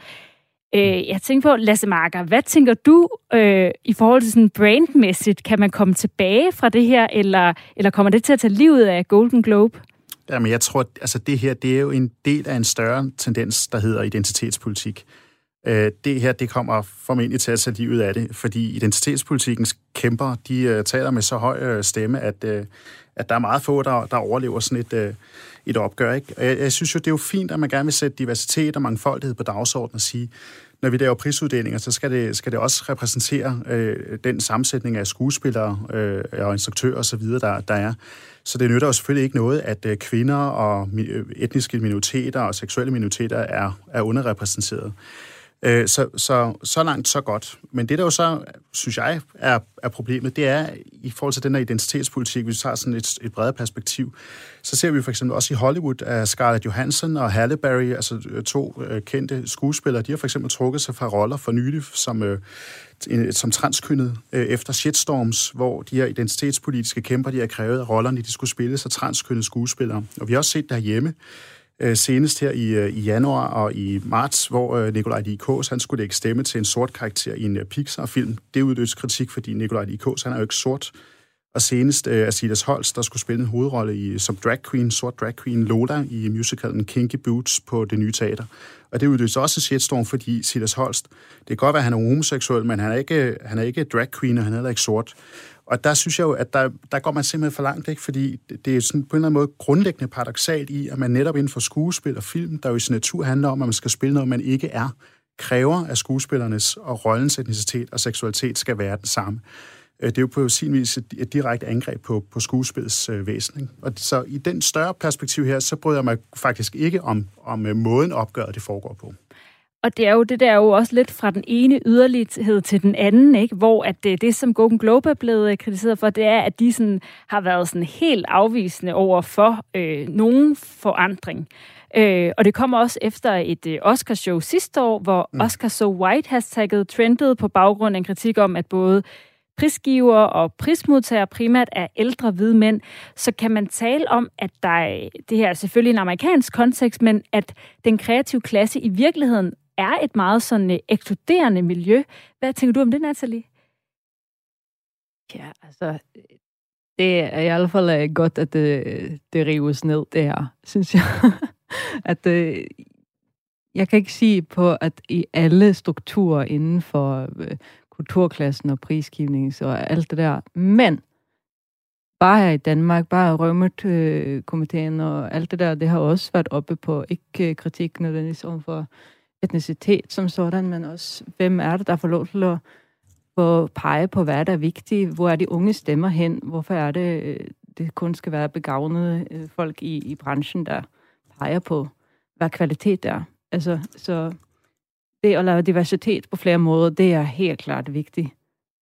Øh, jeg tænker på, Lasse Marker, hvad tænker du øh, i forhold til sådan brandmæssigt? Kan man komme tilbage fra det her, eller, eller kommer det til at tage livet af Golden Globe? Jamen, jeg tror, altså det her, det er jo en del af en større tendens, der hedder identitetspolitik. Øh, det her, det kommer formentlig til at tage livet af det, fordi identitetspolitikens kæmper, de uh, taler med så høj uh, stemme, at, uh, at der er meget få, der, der overlever sådan et, uh, et opgør. Ikke? Jeg, jeg synes jo, det er jo fint, at man gerne vil sætte diversitet og mangfoldighed på dagsordenen og sige, når vi laver prisuddelinger, så skal det, skal det også repræsentere øh, den sammensætning af skuespillere øh, og instruktører osv., der, der er. Så det nytter jo selvfølgelig ikke noget, at øh, kvinder og etniske minoriteter og seksuelle minoriteter er, er underrepræsenteret. Øh, så, så, så langt, så godt. Men det, der jo så, synes jeg, er, er problemet, det er, i forhold til den her identitetspolitik, hvis vi tager sådan et, et bredere perspektiv, så ser vi for eksempel også i Hollywood, at Scarlett Johansson og Halle Berry, altså to øh, kendte skuespillere, de har for eksempel trukket sig fra roller for nylig, som, øh, som transkønnet øh, efter shitstorms, hvor de her identitetspolitiske kæmper, de har krævet, at rollerne, de skulle spille sig transkønnede skuespillere. Og vi har også set det herhjemme, senest her i, i januar og i marts, hvor Nikolaj Lie Kaas, han skulle lægge stemme til en sort karakter i en Pixar-film. Det udløste kritik, fordi Nikolaj Lie Kaas, han er jo ikke sort. Og senest uh, Silas Holst, der skulle spille en hovedrolle i, som drag queen, sort drag queen Lola i musicalen Kinky Boots på Det Nye Teater. Og det udløste også en shitstorm, fordi Silas Holst, det kan godt være, at han er homoseksuel, men han er ikke, han er ikke drag queen, og han er heller ikke sort. Og der synes jeg jo, at der, der går man simpelthen for langt, ikke? Fordi det er sådan på en eller anden måde grundlæggende paradoksalt i, at man netop inden for skuespil og film, der jo i sin natur handler om, at man skal spille noget, man ikke er, kræver, at skuespillernes og rollens etnicitet og seksualitet skal være den samme. Det er jo på sin vis et, et direkte angreb på, på skuespillets øh, væsen. Og så i den større perspektiv her, så bryder jeg mig faktisk ikke om, om øh, måden opgøret det foregår på. Og det er jo det der er jo også lidt fra den ene yderlighed til den anden, ikke? Hvor at det, det, som Golden Globe er blevet kritiseret for, det er, at de sådan, har været sådan helt afvisende over for øh, nogen forandring. Øh, og det kommer også efter et øh, Oscarshow sidste år, hvor mm. Oscar So White hashtagget trendede på baggrund af en kritik om, at både prisgiver og prismodtagere primært er ældre hvide mænd, så kan man tale om, at der er, det her er selvfølgelig en amerikansk kontekst, men at den kreative klasse i virkeligheden er et meget sådan uh, ekskluderende miljø. Hvad tænker du om det, Natalie? Ja, altså, det er i hvert fald godt, at det, det rives ned, det her, synes jeg. at uh, jeg kan ikke sige på, at i alle strukturer inden for uh, kulturklassen og prisgivning og alt det der, men bare her i Danmark, bare Rømert-komiteen og alt det der, det har også været oppe på, ikke kritik nødvendigvis om for etnicitet som sådan, men også, hvem er det, der får lov til at få pege på, hvad der er vigtigt, hvor er de unge stemmer hen, hvorfor er det, det kun skal være begavnede folk i, i branchen, der peger på, hvad kvalitet er. Altså, så det at lave diversitet på flere måder, det er helt klart vigtigt.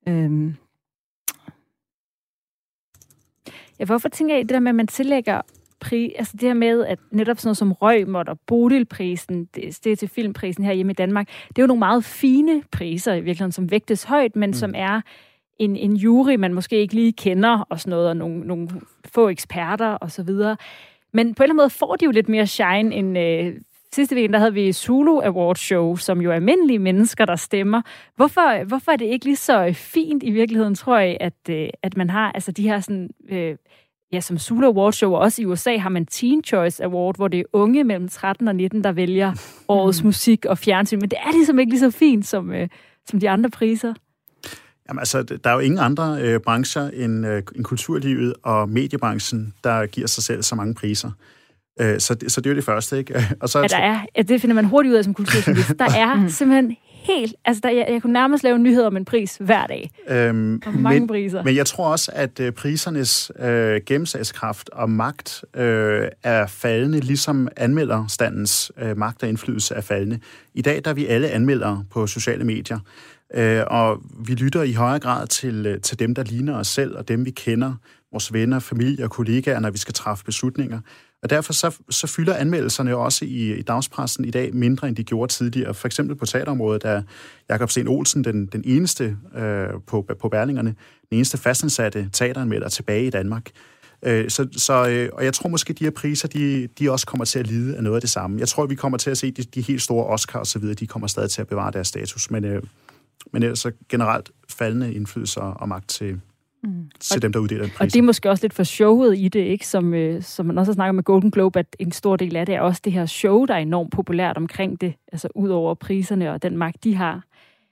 Øhm. Ja, hvorfor tænker jeg det der med, at man tillægger pri, altså det her med, at netop sådan noget som Reumert og Bodilprisen, det, det er til filmprisen her hjemme i Danmark, det er jo nogle meget fine priser i virkeligheden, som vægtes højt, men mm. som er en, en jury, man måske ikke lige kender og sådan noget, og nogle, nogle få eksperter og så videre. Men på en eller anden måde får de jo lidt mere shine end øh, sidste weekend, der havde vi Zulu Award Show, som jo er almindelige mennesker, der stemmer. Hvorfor, hvorfor er det ikke lige så fint i virkeligheden, tror jeg, at, øh, at man har altså de her sådan, øh, ja, som Zulu Award Show, og også i U S A har man Teen Choice Award, hvor det er unge mellem tretten og nitten, der vælger årets musik og fjernsyn. Men det er ligesom ikke lige så fint som, øh, som de andre priser. Jamen altså, der er jo ingen andre øh, brancher end, øh, end kulturlivet og mediebranchen, der giver sig selv så mange priser. Øh, så, det, så det er jo det første, ikke? Og så, ja, der er, ja, det finder man hurtigt ud af som kulturjournalist. Der er simpelthen helt... Altså, der, jeg, jeg kunne nærmest lave nyheder om en pris hver dag. Øhm, og mange men, priser. Men jeg tror også, at øh, prisernes øh, gennemslagskraft og magt øh, er faldende, ligesom anmelderstandens øh, magt og indflydelse er faldende. I dag der er vi alle anmeldere på sociale medier. Øh, og vi lytter i højere grad til, til dem, der ligner os selv, og dem, vi kender, vores venner, familie og kollegaer, når vi skal træffe beslutninger. Og derfor så, så fylder anmeldelserne også i, i dagspressen i dag mindre, end de gjorde tidligere. For eksempel på teaterområdet er Jakob Sten Olsen den, den eneste øh, på, på Berlingerne, den eneste fastansatte teateranmelder tilbage i Danmark. Øh, så, så, øh, og jeg tror måske, at de her priser, de, de også kommer til at lide af noget af det samme. Jeg tror, at vi kommer til at se de, de helt store Oscar og så videre, de kommer stadig til at bevare deres status. Men, øh, men ellers så generelt faldende indflydelse og magt til... Mm. til og, dem, der uddeler en pris. Og det er måske også lidt for showet i det, ikke? Som, øh, som man også har snakket med Golden Globe, at en stor del af det er også det her show, der er enormt populært omkring det, altså ud over priserne og den magt, de har.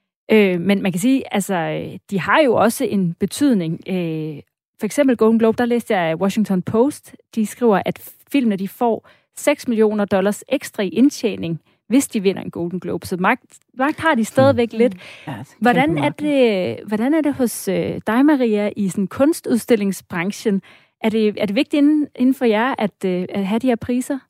Øh, men man kan sige, altså, de har jo også en betydning. Øh, for eksempel Golden Globe, der læste jeg Washington Post, de skriver, at filmene, de får seks millioner dollars ekstra i indtjening, hvis de vinder en Golden Globe. Så magt, magt har de stadigvæk mm. lidt. Ja, hvordan, er det, hvordan er det hos øh, dig, Maria, i sådan kunstudstillingsbranchen? Er det, er det vigtigt inden, inden for jer at, øh, at have de her priser?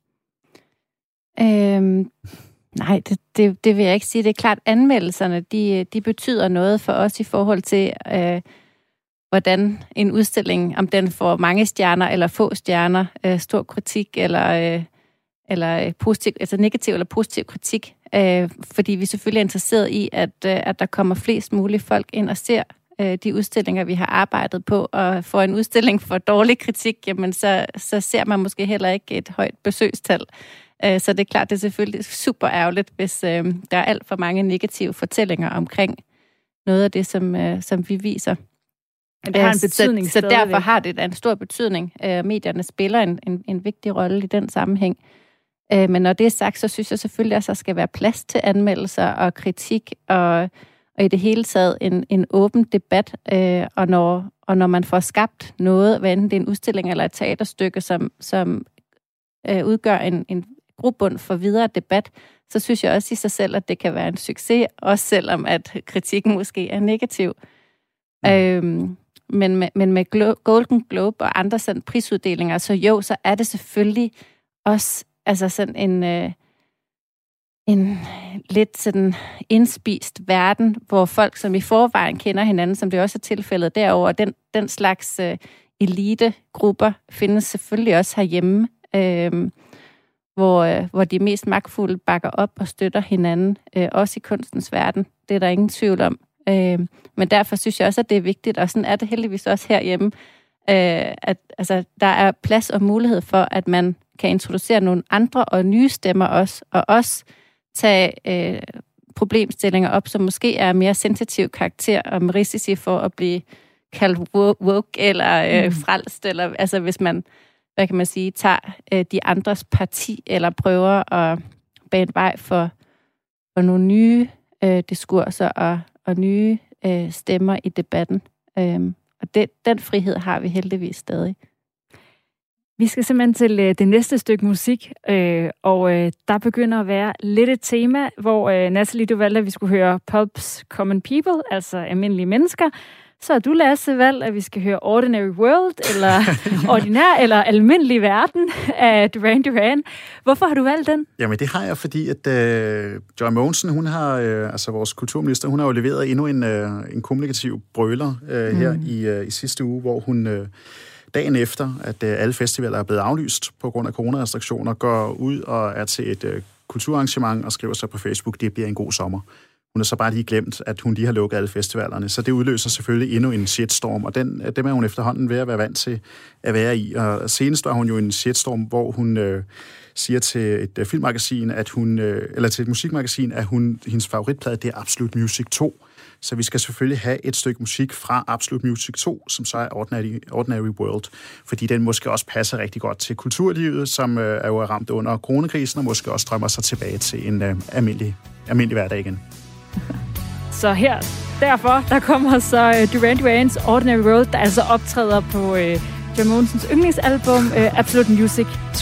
Øhm, nej, det, det, det vil jeg ikke sige. Det er klart, anmeldelserne, de, de betyder noget for os i forhold til, øh, hvordan en udstilling, om den får mange stjerner eller få stjerner, øh, stor kritik eller... Øh, eller positiv, altså negativ eller positiv kritik, øh, fordi vi selvfølgelig er interesseret i, at, øh, at der kommer flest mulige folk ind og ser øh, de udstillinger, vi har arbejdet på, og får en udstilling for dårlig kritik, jamen så, så ser man måske heller ikke et højt besøgstal. Øh, så det er klart, det er selvfølgelig super ærgerligt, hvis øh, der er alt for mange negative fortællinger omkring noget af det, som, øh, som vi viser. Det har en betydning så, så derfor har det en stor betydning. Øh, medierne spiller en, en, en vigtig rolle i den sammenhæng. Men når det er sagt, så synes jeg selvfølgelig, at der skal være plads til anmeldelser og kritik, og, og i det hele taget en, en åben debat. Og når, og når man får skabt noget, hvad enten det er en udstilling eller et teaterstykke, som, som øh, udgør en, en grobund for videre debat, så synes jeg også i sig selv, at det kan være en succes, også selvom at kritikken måske er negativ. Mm. Øhm, men, med, men med Glo- Golden Globe og andre sådan prisuddelinger, så jo, så er det selvfølgelig også altså sådan en, øh, en lidt sådan indspist verden, hvor folk, som i forvejen kender hinanden, som det også er tilfældet derovre, den, den slags øh, elitegrupper findes selvfølgelig også herhjemme, øh, hvor, øh, hvor de mest magtfulde bakker op og støtter hinanden, øh, også i kunstens verden. Det er der ingen tvivl om. Øh, men derfor synes jeg også, at det er vigtigt, og sådan er det heldigvis også herhjemme, øh, at altså, der er plads og mulighed for, at man kan introducere nogle andre og nye stemmer også, og også tage øh, problemstillinger op, som måske er mere sensitiv karakter, og med risici for at blive kaldt woke eller øh, mm. frelst, eller altså hvis man, hvad kan man sige, tager øh, de andres parti, eller prøver at bane vej for, for nogle nye øh, diskurser og, og nye øh, stemmer i debatten. Øh, og det, den frihed har vi heldigvis stadig. Vi skal simpelthen til øh, det næste stykke musik, øh, og øh, der begynder at være lidt et tema, hvor øh, Natalie, du valgte, at vi skulle høre Pulp's Common People, altså almindelige mennesker. Så har du, Lasse, valgt, at vi skal høre Ordinary World, eller Ordinær, eller Almindelig Verden af Duran Duran. Hvorfor har du valgt den? Jamen, det har jeg, fordi at øh, Joy Mogensen, hun har, øh, altså vores kulturminister, hun har jo leveret endnu en, øh, en kommunikativ brøler øh, her mm. i, øh, i sidste uge, hvor hun... Øh, dagen efter, at øh, alle festivaler er blevet aflyst på grund af coronarestriktioner, går ud og er til et øh, kulturarrangement og skriver sig på Facebook, det bliver en god sommer. Hun har så bare lige glemt, at hun lige har lukket alle festivalerne, så det udløser selvfølgelig endnu en shitstorm, og den, dem er hun efterhånden ved at være vant til at være i. Og senest var hun jo en shitstorm, hvor hun øh, siger til et øh, filmmagasin, at hun, øh, eller til et musikmagasin, at hun, hendes favoritplade, det er Absolute Music to. Så vi skal selvfølgelig have et stykke musik fra Absolute Music to, som så er Ordinary, Ordinary World, fordi den måske også passer rigtig godt til kulturlivet, som øh, er jo ramt under coronakrisen, og måske også drømmer sig tilbage til en øh, almindelig, almindelig hverdag igen. Så her, derfor, der kommer så uh, Duran Duran's Ordinary World, der altså optræder på uh, John Mogensens yndlingsalbum uh, Absolute Music to.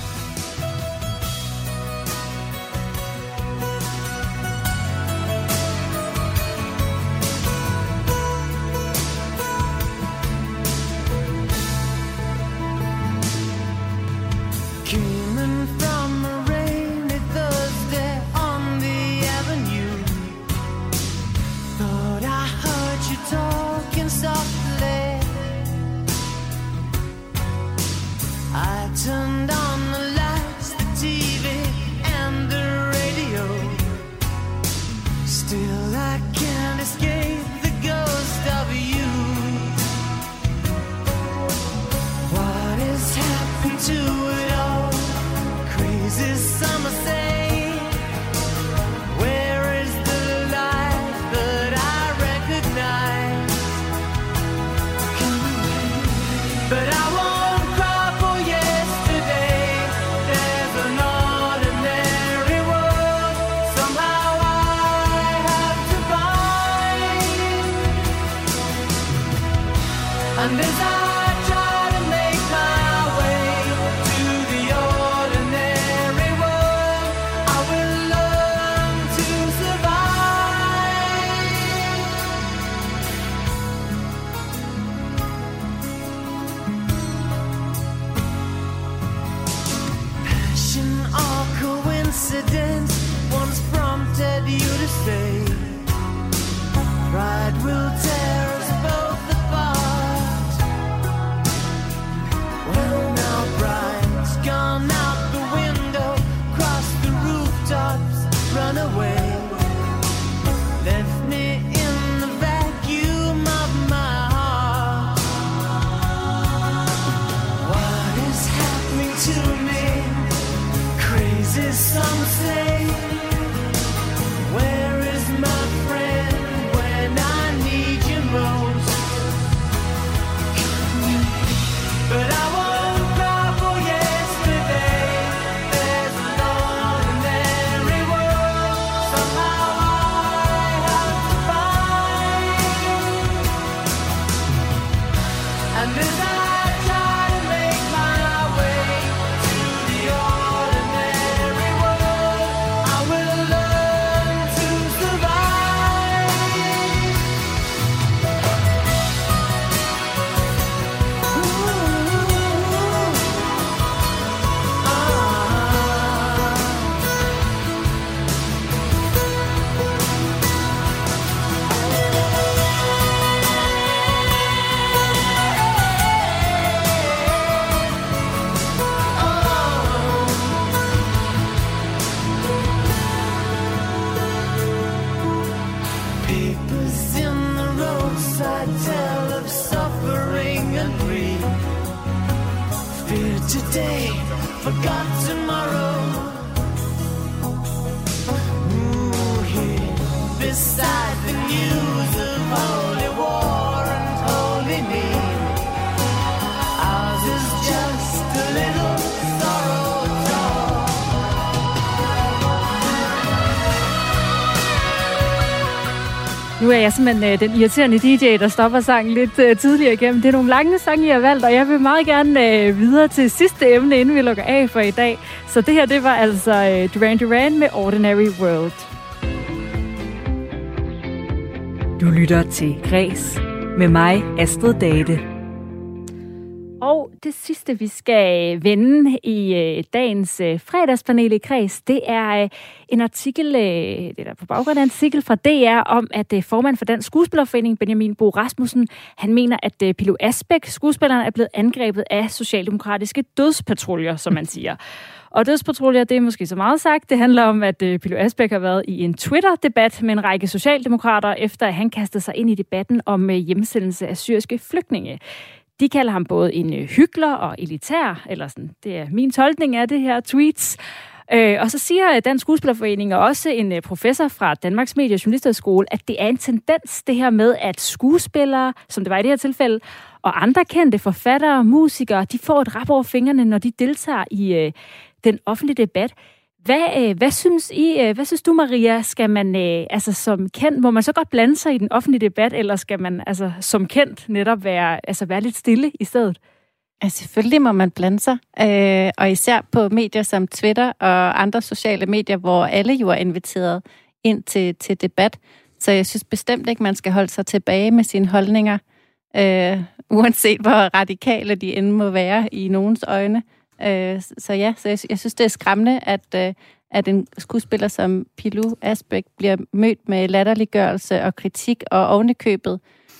Nu er jeg simpelthen øh, den irriterende D J, der stopper sangen lidt øh, tidligere igennem. Det er nogle lange sange, jeg har valgt, og jeg vil meget gerne øh, videre til sidste emne, inden vi lukker af for i dag. Så det her, det var altså øh, Duran Duran med Ordinary World. Du lytter til Græs med mig, Astrid Date. Og det sidste, vi skal vende i øh, dagens øh, fredagspanel i Kreds, det er øh, en artikel, øh, det er på baggrund af en artikel fra D R, om at øh, formand for Dansk Skuespillerforening, Benjamin Bo Rasmussen, han mener, at øh, Pilo Asbæk, skuespilleren, er blevet angrebet af socialdemokratiske dødspatruljer, som man siger. Og dødspatruljer, det er måske så meget sagt. Det handler om, at øh, Pilo Asbæk har været i en Twitter-debat med en række socialdemokrater, efter at han kastede sig ind i debatten om øh, hjemsendelse af syriske flygtninge. De kalder ham både en øh, hykler og elitær, eller sådan, det er min tolkning af det her tweets. Øh, og så siger Dansk Skuespillerforening og også en øh, professor fra Danmarks Medie- og Journalisterskole, at det er en tendens, det her med, at skuespillere, som det var i det her tilfælde, og andre kendte forfattere og musikere, de får et rap over fingrene, når de deltager i øh, den offentlige debat. Hvad, øh, hvad, synes I, øh, hvad synes du, Maria? Skal man øh, altså som kendt, må man så godt blande sig i den offentlige debat, eller skal man altså som kendt netop være, altså være lidt stille i stedet? Altså, selvfølgelig må man blande sig, øh, og især på medier som Twitter og andre sociale medier, hvor alle jo er inviteret ind til, til debat. Så jeg synes bestemt ikke, man skal holde sig tilbage med sine holdninger, øh, uanset hvor radikale de end må være i nogens øjne. Øh, så ja, så jeg, jeg synes, det er skræmmende, at, øh, at en skuespiller som Pilo Asbæk bliver mødt med latterliggørelse og kritik, og ovenikøbet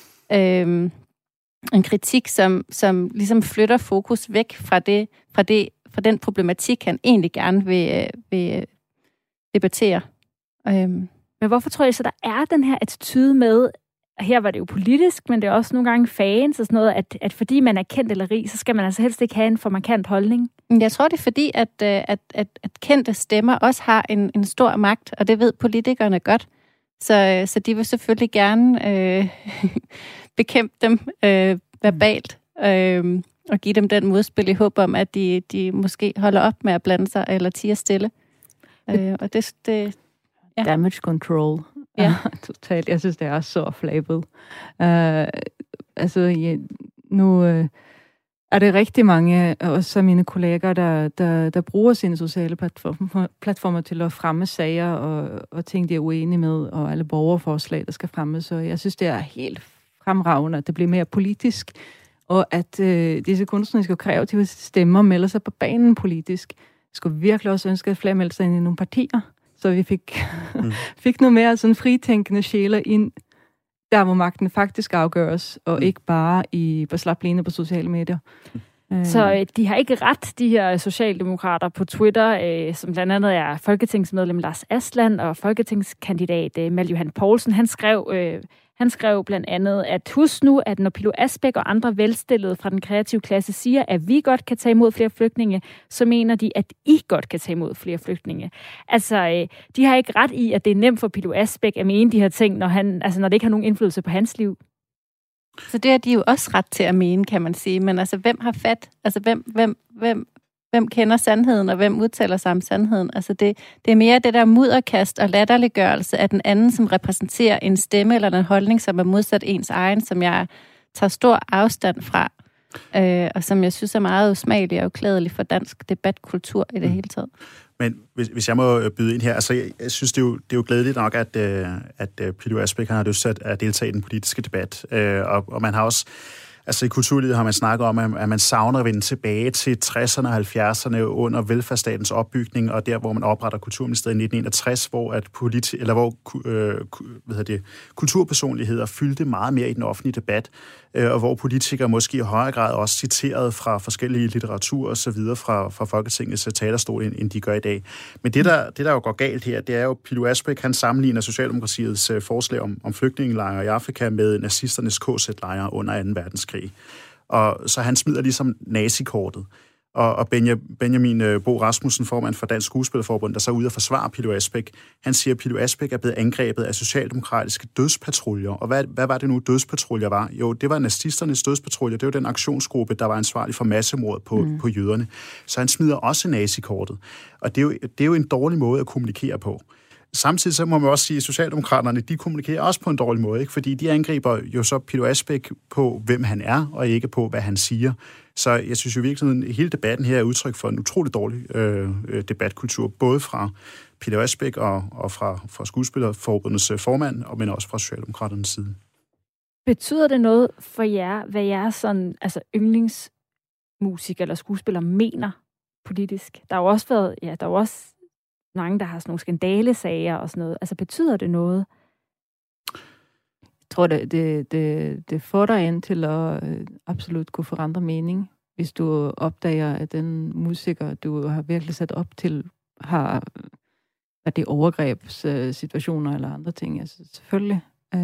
øh, en kritik, som, som ligesom flytter fokus væk fra, det, fra, det, fra den problematik, han egentlig gerne vil, vil debattere. Øh. Men hvorfor tror jeg så, der er den her attitude med, her var det jo politisk, men det er også nogle gange fans og sådan noget, at, at fordi man er kendt eller rig, så skal man altså helst ikke have en for markant holdning? Jeg tror, det er fordi, at, at, at, at kendte stemmer også har en, en stor magt, og det ved politikerne godt. Så, så de vil selvfølgelig gerne øh, bekæmpe dem øh, verbalt øh, og give dem den modspil i håb om, at de, de måske holder op med at blande sig eller tiger stille. Øh, og det, det ja. Damage control. Ja, totalt. Jeg synes, det er så flabet. Uh, altså, ja, nu uh, er det rigtig mange, også mine kolleger, der, der, der bruger sine sociale platformer, platformer til at fremme sager og, og ting, de er uenige med, og alle borgerforslag, der skal fremme. Så jeg synes, det er helt fremragende, at det bliver mere politisk, og at uh, disse kunstneriske og kreative stemmer melder sig på banen politisk. Jeg skulle virkelig også ønske, at flere melder sig ind i nogle partier, så vi fik, mm. fik noget mere sådan fritænkende sjæler ind, der hvor magten faktisk afgøres, og mm. ikke bare i på slapline på sociale medier. Mm. Så øh, de har ikke ret, de her socialdemokrater på Twitter, øh, som blandt andet er folketingsmedlem Lars Aslan og folketingskandidat øh, Mal Johan Poulsen. Han skrev, øh, han skrev blandt andet, at husk nu, at når Pilo Asbæk og andre velstillede fra den kreative klasse siger, at vi godt kan tage imod flere flygtninge, så mener de, at I godt kan tage imod flere flygtninge. Altså, øh, de har ikke ret i, at det er nemt for Pilo Asbæk at mene de her ting, når, han, altså, når det ikke har nogen indflydelse på hans liv. Så det har de jo også ret til at mene, kan man sige. Men altså, hvem har fat? Altså, hvem, hvem, hvem, hvem kender sandheden, og hvem udtaler sig om sandheden? Altså, det, det er mere det der mudderkast og latterliggørelse af den anden, som repræsenterer en stemme eller en holdning, som er modsat ens egen, som jeg tager stor afstand fra, øh, og som jeg synes er meget usmagelig og uklædelig for dansk debatkultur i det hele taget. Men hvis, hvis jeg må byde ind her, altså jeg, jeg synes, det er, jo, det er jo glædeligt nok, at, at Pilo Asbæk har lyst til at deltage i den politiske debat. Og, og man har også, altså i kulturlivet har man snakket om, at man savner at vende tilbage til tresserne og halvfjerdserne under velfærdsstatens opbygning, og der, hvor man opretter Kulturministeriet i nitten enogtres, hvor, at politi- eller hvor øh, hvad hedder det, kulturpersonligheder fyldte meget mere i den offentlige debat, øh, og hvor politikere måske i højere grad også citerede fra forskellige litteratur og så videre fra, fra Folketingets talerstol, end, end de gør i dag. Men det der, det, der jo går galt her, det er jo, Pilo Asbæk, han sammenligner Socialdemokratiets øh, forslag om, om flygtningelejre i Afrika med nazisternes K Z-lejre under anden verdenskrig. Og så han smider ligesom nazikortet. Og, og Benjamin Bo Rasmussen, formand for Dansk Skuespillerforbund, der så er ude og forsvare Pilo Asbæk, han siger, at Pilo Asbæk er blevet angrebet af socialdemokratiske dødspatruljer. Og hvad, hvad var det nu, dødspatruljer var? Jo, det var nazisternes dødspatruljer. Det var den aktionsgruppe, der var ansvarlig for massemord på, mm. på jøderne. Så han smider også nazikortet. Og det er, jo, det er jo en dårlig måde at kommunikere på. Samtidig så må man også sige, at Socialdemokraterne, de kommunikerer også på en dårlig måde, ikke? Fordi de angriber jo så Pilo Asbæk på, hvem han er, og ikke på, hvad han siger. Så jeg synes jo virkelig, at hele debatten her er udtryk for en utrolig dårlig øh, debatkultur, både fra Pilo Asbæk og, og fra, fra Skuespillerforbundets formand, men også fra Socialdemokraternes side. Betyder det noget for jer, hvad jeres sådan, altså yndlings musiker eller skuespiller mener politisk. Der har jo også været, ja, der er jo også mange, der har sådan nogle skandalesager og sådan noget. Altså, betyder det noget? Jeg tror, det, det, det, det får dig ind til at absolut kunne forandre mening, hvis du opdager, at den musiker, du har virkelig sat op til, har at det overgrebssituationer eller andre ting. Altså, selvfølgelig. Øh,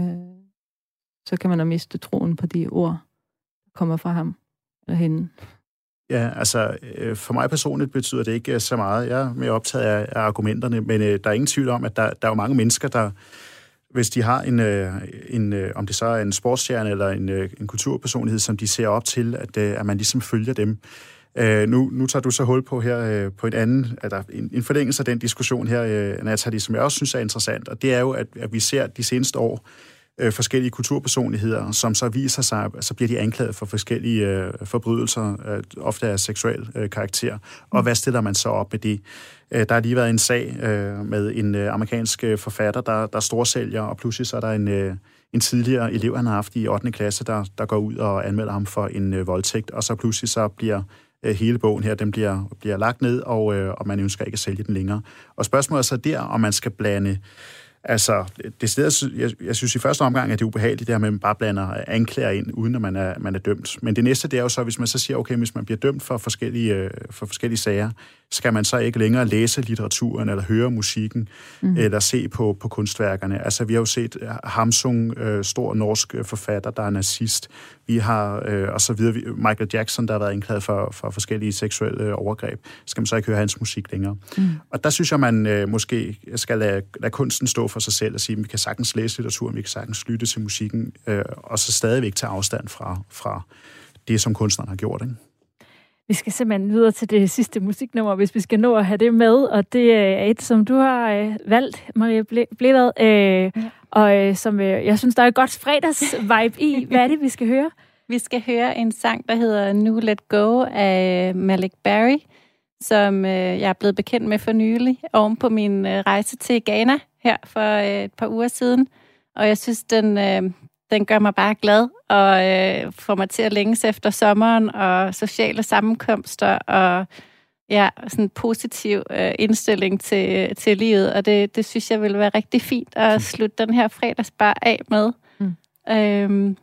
så kan man da miste troen på de ord, der kommer fra ham eller hende. Ja, altså for mig personligt betyder det ikke så meget. Jeg er mere optaget af, af argumenterne, men øh, der er ingen tvivl om, at der, der er jo mange mennesker, der, hvis de har en, øh, en øh, om det så er en sportsstjerne eller en, øh, en kulturpersonlighed, som de ser op til, at, øh, at man ligesom følger dem. Øh, nu, nu tager du så hul på her øh, på et andet, altså en, en forlængelse af den diskussion her, øh, Natalie, som jeg også synes er interessant, og det er jo, at, at vi ser de seneste år øh, forskellige kulturpersonligheder, som så viser sig, så bliver de anklaget for forskellige øh, forbrydelser, øh, ofte af seksuel øh, karakter. Og hvad stiller man så op med det? Øh, der har lige været en sag øh, med en øh, amerikansk forfatter, der, der storsælger, og pludselig så er der en, øh, en tidligere elev, han har haft i ottende klasse, der, der går ud og anmelder ham for en øh, voldtægt, og så pludselig så bliver øh, hele bogen her, den bliver, bliver lagt ned, og, øh, og man ønsker ikke at sælge den længere. Og spørgsmålet er så der, om man skal blande. Altså, det sted, jeg, jeg synes i første omgang, at det er ubehageligt, det her med, at man bare blander anklager ind, uden at man er, man er dømt. Men det næste, det er jo så, hvis man så siger, okay, hvis man bliver dømt for forskellige, for forskellige sager, skal man så ikke længere læse litteraturen, eller høre musikken, mm. eller se på, på kunstværkerne. Altså, vi har jo set Hamsun, øh, stor norsk forfatter, der er nazist. Vi har, øh, og så videre, Michael Jackson, der har været indklaget for, for forskellige seksuelle overgreb. Skal man så ikke høre hans musik længere. Mm. Og der synes jeg, man øh, måske skal lade, lade kunsten stå for sig selv og sige, at vi kan sagtens læse litteraturen, vi kan sagtens lytte til musikken, øh, og så stadigvæk tage afstand fra, fra det, som kunstneren har gjort, ikke? Vi skal simpelthen videre til det sidste musiknummer, hvis vi skal nå at have det med, og det er et, som du har øh, valgt, Maria Bleved, øh, ja. og øh, som øh, jeg synes, der er et godt fredags-vibe i. Hvad er det, vi skal høre? Vi skal høre en sang, der hedder Nu Let Go af Malik Berry, som øh, jeg er blevet bekendt med for nylig, oven på min øh, rejse til Ghana her for øh, et par uger siden. Og jeg synes, den, øh, den gør mig bare glad og øh, får mig til at længes efter sommeren og sociale sammenkomster og ja, sådan en positiv øh, indstilling til, til livet. Og det, det synes jeg vil være rigtig fint at slutte den her fredagsbar af med. Mm. Øhm,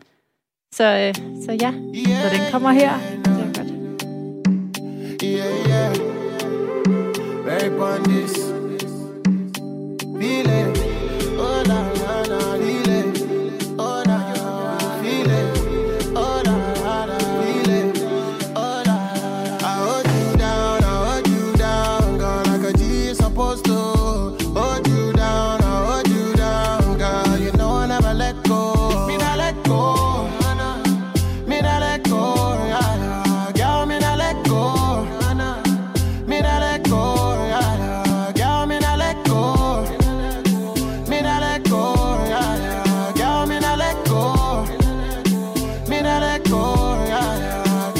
så, øh, så ja, så den kommer her. Det er godt. Yeah, yeah. Very born this. Feel it. Oh, na, na, na, feel it. Oh, na, feel it. Oh, na, na, feel it. Oh, na, I hold you down, I hold you down, girl, like a G is supposed to. Hold you down, I hold you down, girl, you know I never let go. Me not let go. Me not let go, yeah, yeah. Girl, me not let go. Me not let go, yeah, yeah. Girl, me not let go. Me not let go, yeah, yeah. Girl, me not let go. Me not let go, yeah, yeah.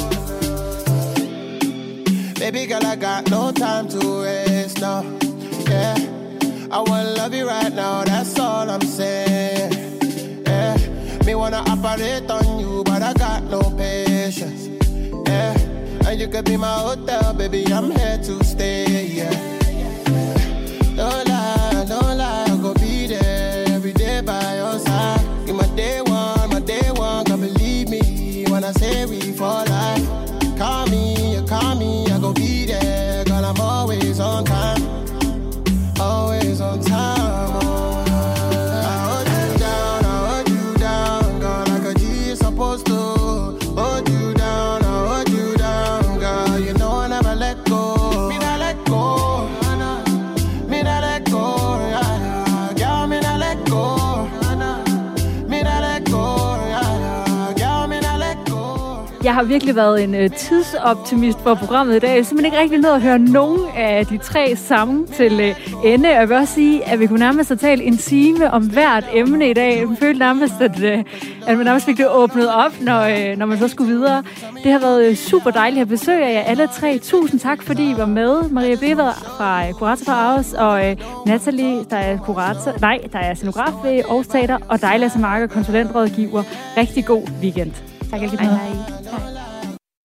Baby girl, I got no time to waste now. Yeah, I wanna love you right now, that's all I'm saying. Yeah, me wanna operate on you, but I got no patience. Yeah, and you could be my hotel, baby, I'm here to stay, yeah. Don't lie, don't lie, I'll go be there every day by your side. You my day one, my day one, can't believe me when I say we for life. Call me, you call me, I go be there, girl, I'm always on time. Always on time, oh. I hold you down, I hold you down, girl, like a G is supposed to. Hold you down, I hold you down, girl, you know I never let go. Me not let go, me not let go, yeah, yeah. Girl, me not let go. Me not let go, yeah, yeah. Girl, me not let go. Jeg har virkelig været en uh, tidsoptimist for programmet i dag. Jeg har simpelthen ikke rigtig nået at høre nogen af de tre sammen til uh, ende. Jeg vil også sige, at vi kunne nærmest have talt en time om hvert emne i dag. Jeg følte nærmest, at, uh, at man nærmest fik det åbnet op, når, uh, når man så skulle videre. Det har været uh, super dejligt at besøge jer alle tre. Tusind tak, fordi I var med. Maria Bleved fra uh, Kurator for Aarhus, og uh, Natalie, der er kurator, nej, der er scenograf ved Aarhus Teater, og dig, Lasse Marker, konsulentrådgiver. Rigtig god weekend. Tak alligevel. Hej, hej.